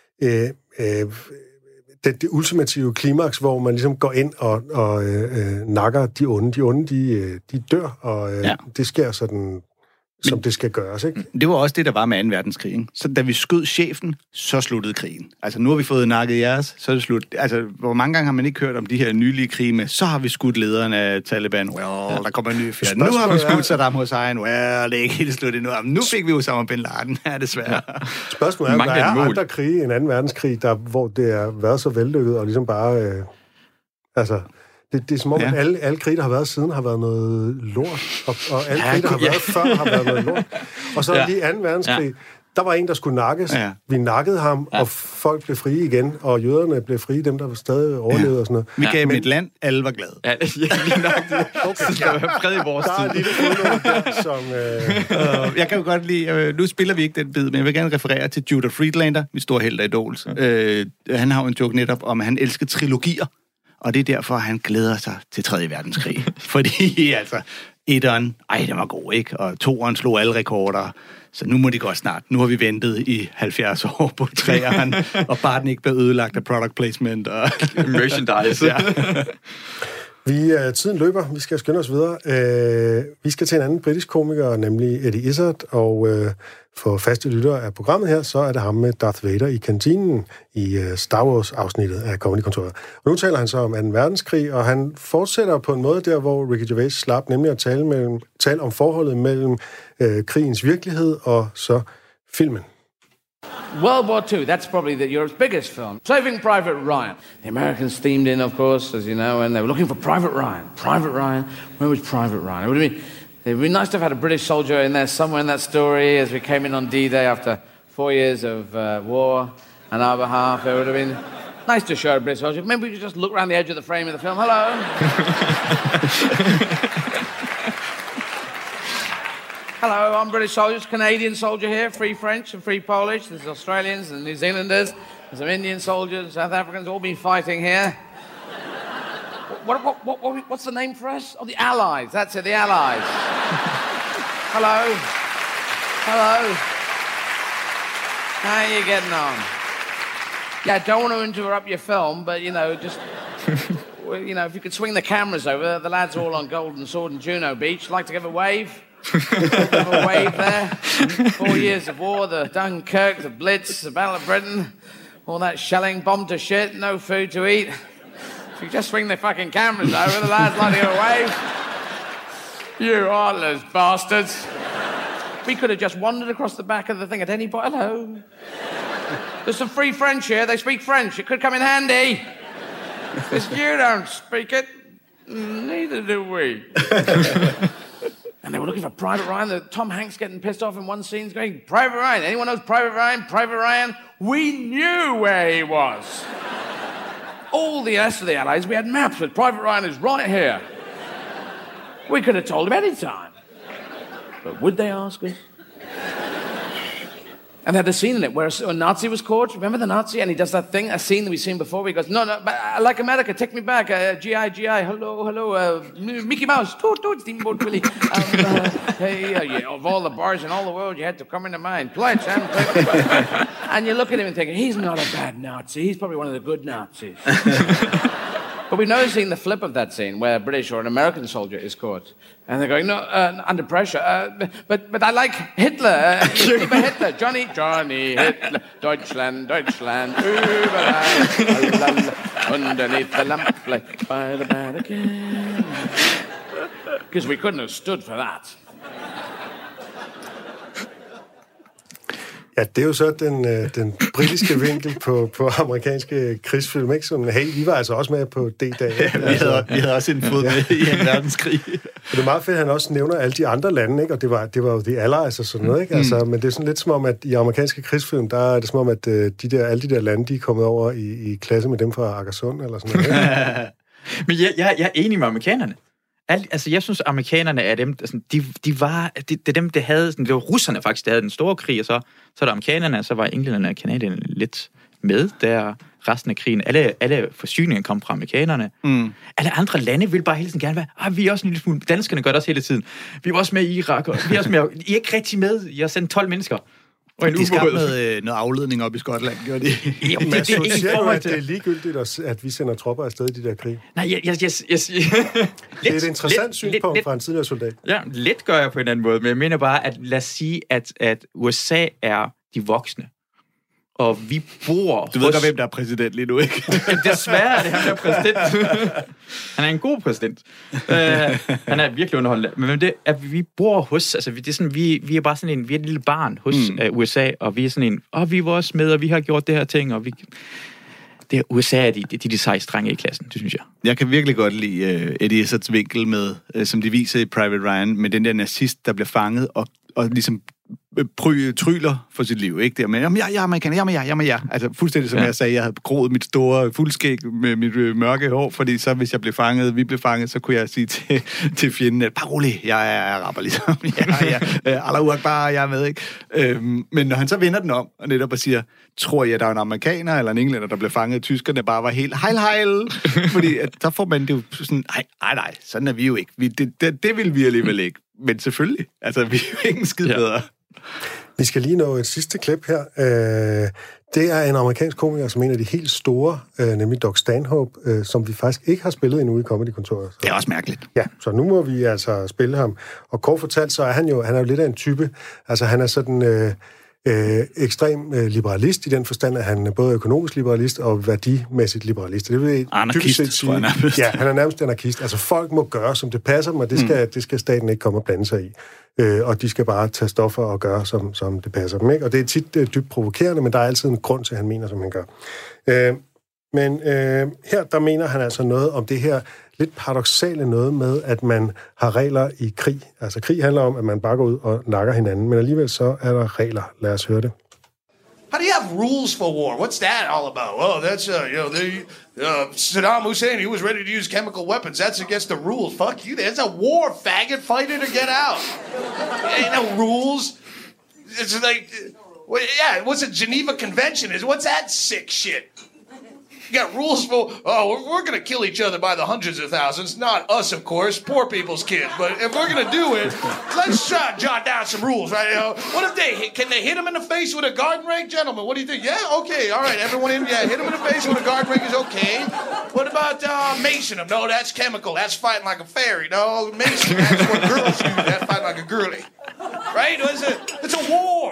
det ultimative klimaks, hvor man ligesom går ind og nakker de onde. De onde, de dør, og det sker sådan, som det skal gøres, ikke? Det var også det, der var med 2. verdenskrig, ikke? Så da vi skød chefen, så sluttede krigen. Altså, nu har vi fået nakket jeres, så er det slut. Altså, hvor mange gange har man ikke hørt om de her nylige krige med, så har vi skudt lederen af Taliban, der kommer en ny fjerde. Nu har vi skudt Saddam Hussein, det er ikke helt slut endnu. Nu fik vi jo Osama bin Laden, desværre. Spørgsmålet er, der er andre krige end 2. verdenskrig, hvor det har været så vellykket, og ligesom bare, Det er som om, at alle krige, der har været siden, har været noget lort. Og alle krige, der har været før, har været noget lort. Og så lige 2. verdenskrig, der var en, der skulle nakkes. Ja. Vi nakkede ham, og folk blev frie igen. Og jøderne blev frie, dem, der stadig overlevede og sådan noget. Vi gav dem et land, alle var glade. Ja, lige nok det. Okay, så der var fred i vores tid. Der er lille fodnote der, som... Jeg kan jo godt lide... nu spiller vi ikke den bid, men jeg vil gerne referere til Judah Friedlander, min store helt af Idols. Han har jo en joke netop om, at han elsker trilogier. Og det er derfor, han glæder sig til 3. verdenskrig. Fordi altså, 1'eren, den var god, ikke? Og 2'eren slog alle rekorder. Så nu må de godt snart. Nu har vi ventet i 70 år på 3'eren, og bare den ikke blev ødelagt af product placement og merchandise. Tiden løber. Vi skal skynde os videre. Vi skal til en anden britisk komiker, nemlig Eddie Izzard, og for faste lyttere af programmet her, så er det ham med Darth Vader i kantinen i Star Wars-afsnittet af Comedy-kontoret. Og nu taler han så om 2. verdenskrig, og han fortsætter på en måde der, hvor Ricky Gervais slap, nemlig at tale om forholdet mellem krigens virkelighed og så filmen. World War II, that's probably Europe's biggest film. Saving Private Ryan. The Americans themed in, of course, as you know, and they were looking for Private Ryan. Private Ryan? Where was Private Ryan? It would be nice to have had a British soldier in there somewhere in that story as we came in on D-Day after 4 years of war on our behalf. It would have been nice to show a British soldier. Maybe we could just look around the edge of the frame of the film. Hello? Hello, I'm British soldiers, Canadian soldier here, free French and free Polish. There's Australians and New Zealanders. There's some Indian soldiers, South Africans, all been fighting here. What's the name for us? Oh, the Allies. That's it, the Allies. Hello. Hello. How are you getting on? Yeah, I don't want to interrupt your film, but, just... if you could swing the cameras over, the lads are all on Golden Sword and Juno Beach. Like to give a wave? Give a wave there. 4 years of war, the Dunkirk, the Blitz, the Battle of Britain, all that shelling, bombed to shit, no food to eat. If you just swing the fucking cameras over, the lads like to give a wave. You heartless bastards. We could have just wandered across the back of the thing at any point. Hello. There's some free French here. They speak French. It could come in handy. Because you don't speak it. Neither do we. And they were looking for Private Ryan. Tom Hanks getting pissed off in one scene, going, Private Ryan. Anyone knows Private Ryan? Private Ryan? We knew where he was. All the rest of the Allies, we had maps with Private Ryan is right here. We could have told him any time. But would they ask us? And they had a scene in it where a Nazi was caught. Remember the Nazi? And he does that thing, a scene that we've seen before, where he goes, no, but I like America, take me back. G.I., hello, Mickey Mouse, toot, Steamboat Willie. Hey, of all the bars in all the world, you had to come into mind. Play, Sam. And you look at him and think, he's not a bad Nazi. He's probably one of the good Nazis. But we've never seen the flip of that scene where a British or an American soldier is caught. And they're going, no, under pressure. But I like Hitler. Hitler. Johnny Hitler. Deutschland. Überall. Underneath the lamplight by the Vatican. Because we couldn't have stood for that. Ja, det er jo så den britiske vinkel på amerikanske krigsfilm, ikke? Som, hey, vi var altså også med på D-dag. Ja, vi havde også en fod med i en verdenskrig. Og det er meget fedt, at han også nævner alle de andre lande, ikke? Og det var jo The Allies og sådan noget, ikke? Altså, men det er sådan lidt som om, at i amerikanske krigsfilm, der er det som om, at alle de der lande, de er kommet over i klasse med dem fra Akersund eller sådan noget, ikke? Men jeg er enig med amerikanerne. Altså, jeg synes, amerikanerne er dem, altså, det er dem, der havde, det var russerne faktisk, der havde den store krig, og så er der amerikanerne, og så var englænderne og kanadierne lidt med der resten af krigen. Alle forsyninger kom fra amerikanerne. Alle andre lande vil bare hele tiden gerne være, vi er også en lille smule, danskerne gør det også hele tiden. Vi var også med i Irak, og vi er også med, I er ikke rigtig med, jeg har sendt 12 mennesker. De skabte noget afledning op i Skotland, gjorde de. Men jeg synes jo, at det er ligegyldigt, at vi sender tropper afsted i de der krig. Nej, det er et interessant synspunkt fra en tidligere soldat. Ja, lidt gør jeg på en anden måde, men jeg mener bare, at lad os sige, at USA er de voksne. Og vi bor... Du ved godt, hvem der er præsident lige nu, ikke? Desværre er det ham, der er præsident. Han er en god præsident. Han er virkelig underholdende. Men det, at vi bor hos... Altså, det er sådan, vi er bare sådan en... Vi er et lille barn hos USA, og vi er sådan en... vi var også med, og vi har gjort det her ting, og vi... Det USA er de seje strenge i klassen, det synes jeg. Jeg kan virkelig godt lide Eddie Izzards vinkel med, som de viser i Private Ryan, med den der nazist, der bliver fanget og ligesom tryller for sit liv, ikke? Det men jeg er amerikaner, jeg. Altså fuldstændig som jeg sagde, jeg havde groet mit store fuldskæg med mit mørke hår, fordi så hvis vi blev fanget, så kunne jeg sige til fjenden, at bare rolig, jeg er araber ligesom. Allahu Akbar, jeg er med, ikke? Men når han så vender den om, og netop siger, tror jeg, der er en amerikaner eller en englænder, der blev fanget, tyskerne bare var helt hejl, fordi at, så får man det jo sådan, nej, sådan er vi jo ikke. Det vil vi alligevel ikke. Men selvfølgelig, altså vi er jo ikke en skid bedre. Vi skal lige nå et sidste klip her. Det er en amerikansk komiker, som er en af de helt store, nemlig Doug Stanhope, som vi faktisk ikke har spillet endnu i Comedy-kontoret. Det er også mærkeligt. Ja, så nu må vi altså spille ham. Og kort fortalt, så er han er jo lidt af en type. Altså han er sådan ekstrem liberalist i den forstand, at han er både økonomisk liberalist og værdimæssigt liberalist. Det vil anarkist, tror jeg nærmest. Ja, han er nærmest anarkist. Altså folk må gøre, som det passer dem, og det skal staten ikke komme og blande sig i. Og de skal bare tage stoffer og gøre, som det passer dem, ikke? Og det er tit dybt provokerende, men der er altid en grund til, at han mener, som han gør. Men her, der mener han altså noget om det her lidt paradoksale noget med, at man har regler i krig. Altså krig handler om, at man bare går ud og nakker hinanden, men alligevel så er der regler. Lad os høre det. How do you have rules for war? What's that all about? Well, that's, Saddam Hussein, he was ready to use chemical weapons. That's against the rules. Fuck you. There's a war, faggot. Fight it or get out. Ain't no rules. It's like, what's a Geneva Convention? What's that sick shit? You got rules for, we're going to kill each other by the hundreds of thousands. Not us, of course, poor people's kids. But if we're going to do it, let's jot down some rules, right? What if can they hit him in the face with a garden rake? Gentlemen, what do you think? Yeah, okay, all right, everyone hit him in the face with a garden rake is okay. What about macing him? No, that's chemical. That's fighting like a fairy. No, macing, that's what girls use. That's fighting like a girly. Right? It's a war.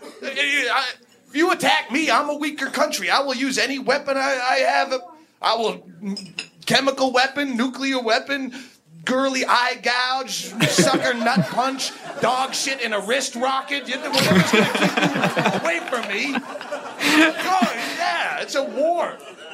If you attack me, I'm a weaker country. I will use any weapon I have. I will chemical weapon, nuclear weapon, girly eye gouge, sucker nut punch, dog shit in a wrist rocket. Whatever's going to keep you away from me. Oh, yeah, it's a war.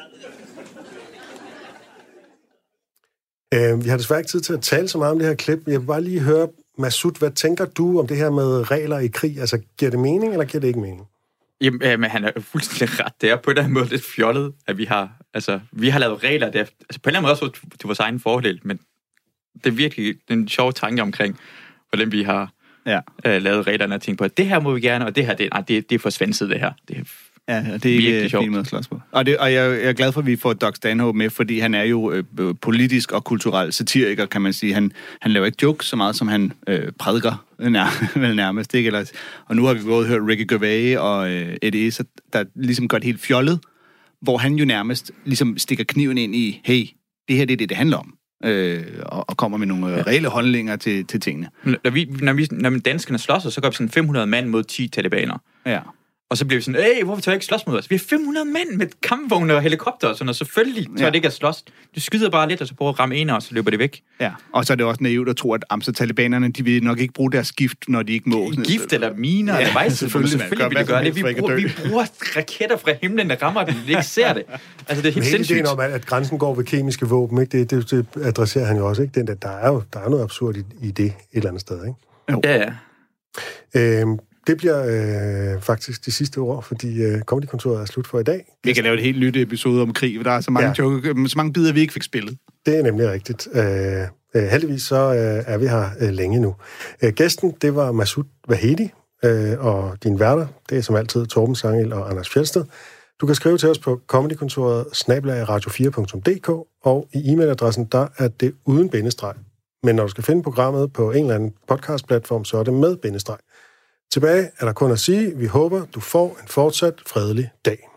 Vi har desværre ikke tid til at tale så meget om det her klip. Jeg vil bare lige høre, Masud, hvad tænker du om det her med regler i krig? Altså, giver det mening, eller giver det ikke mening? Jamen, han er fuldstændig ret. Det er på den måde lidt fjollet, at vi har lavet regler, der, altså på en eller anden måde også til vores egen fordel, men det er virkelig en sjov tanke omkring, hvordan vi har lavet reglerne og tænkt på, at det her må vi gerne, og det her, det er for svenset, det her. Det er det er ikke en fin måde at slås på. Og jeg er glad for, at vi får Doug Stanhope med, fordi han er jo politisk og kulturel satiriker, kan man sige. Han laver ikke jokes så meget, som han prædiker, vel nærmest. Ikke? Og nu har vi både hørt Ricky Gervais og Eddie Izzard, der ligesom gør det helt fjollet, hvor han jo nærmest ligesom stikker kniven ind i, hey, det her det handler om. Og kommer med nogle reelle holdninger til tingene. Når danskerne slås, så går vi sådan 500 mand mod 10 talibaner. Ja. Og så bliver vi sådan, hvorfor tør jeg ikke slås mod os? Vi er 500 mænd med kampvogne og helikopter og sådan, og selvfølgelig tør det ikke at slås. Du skyder bare lidt, og så prøver at ramme en, og så løber det væk. Ja, og så er det også naivt at tro, at talibanerne, de vil nok ikke bruge deres gift, når de ikke må. Gift eller miner, eller vejsæt, selvfølgelig vil de gøre det. Vi bruger raketter fra himlen, der rammer dem, de ikke ser det. Altså, det er helt sindssygt. Hele ideen om, at grænsen går ved kemiske våben, ikke? Det adresserer han jo også, ikke? Der er noget absurd i det et eller andet sted, ikke? Jo. Ja. Det bliver faktisk de sidste ord, fordi Comedy-kontoret er slut for i dag. Vi kan lave et helt nyt episode om krig, for der er så mange bidder, vi ikke fik spillet. Det er nemlig rigtigt. Heldigvis så er vi her længe nu. Gæsten, det var Masoud Vahedi, og din værter, det er som altid Torben Sangel og Anders Fjeldsted. Du kan skrive til os på comedykontoret @radio4.dk, og i e-mailadressen, der er det uden bindestreg. Men når du skal finde programmet på en eller anden podcastplatform, så er det med bindestreg. Tilbage er der kun at sige, vi håber, du får en fortsat fredelig dag.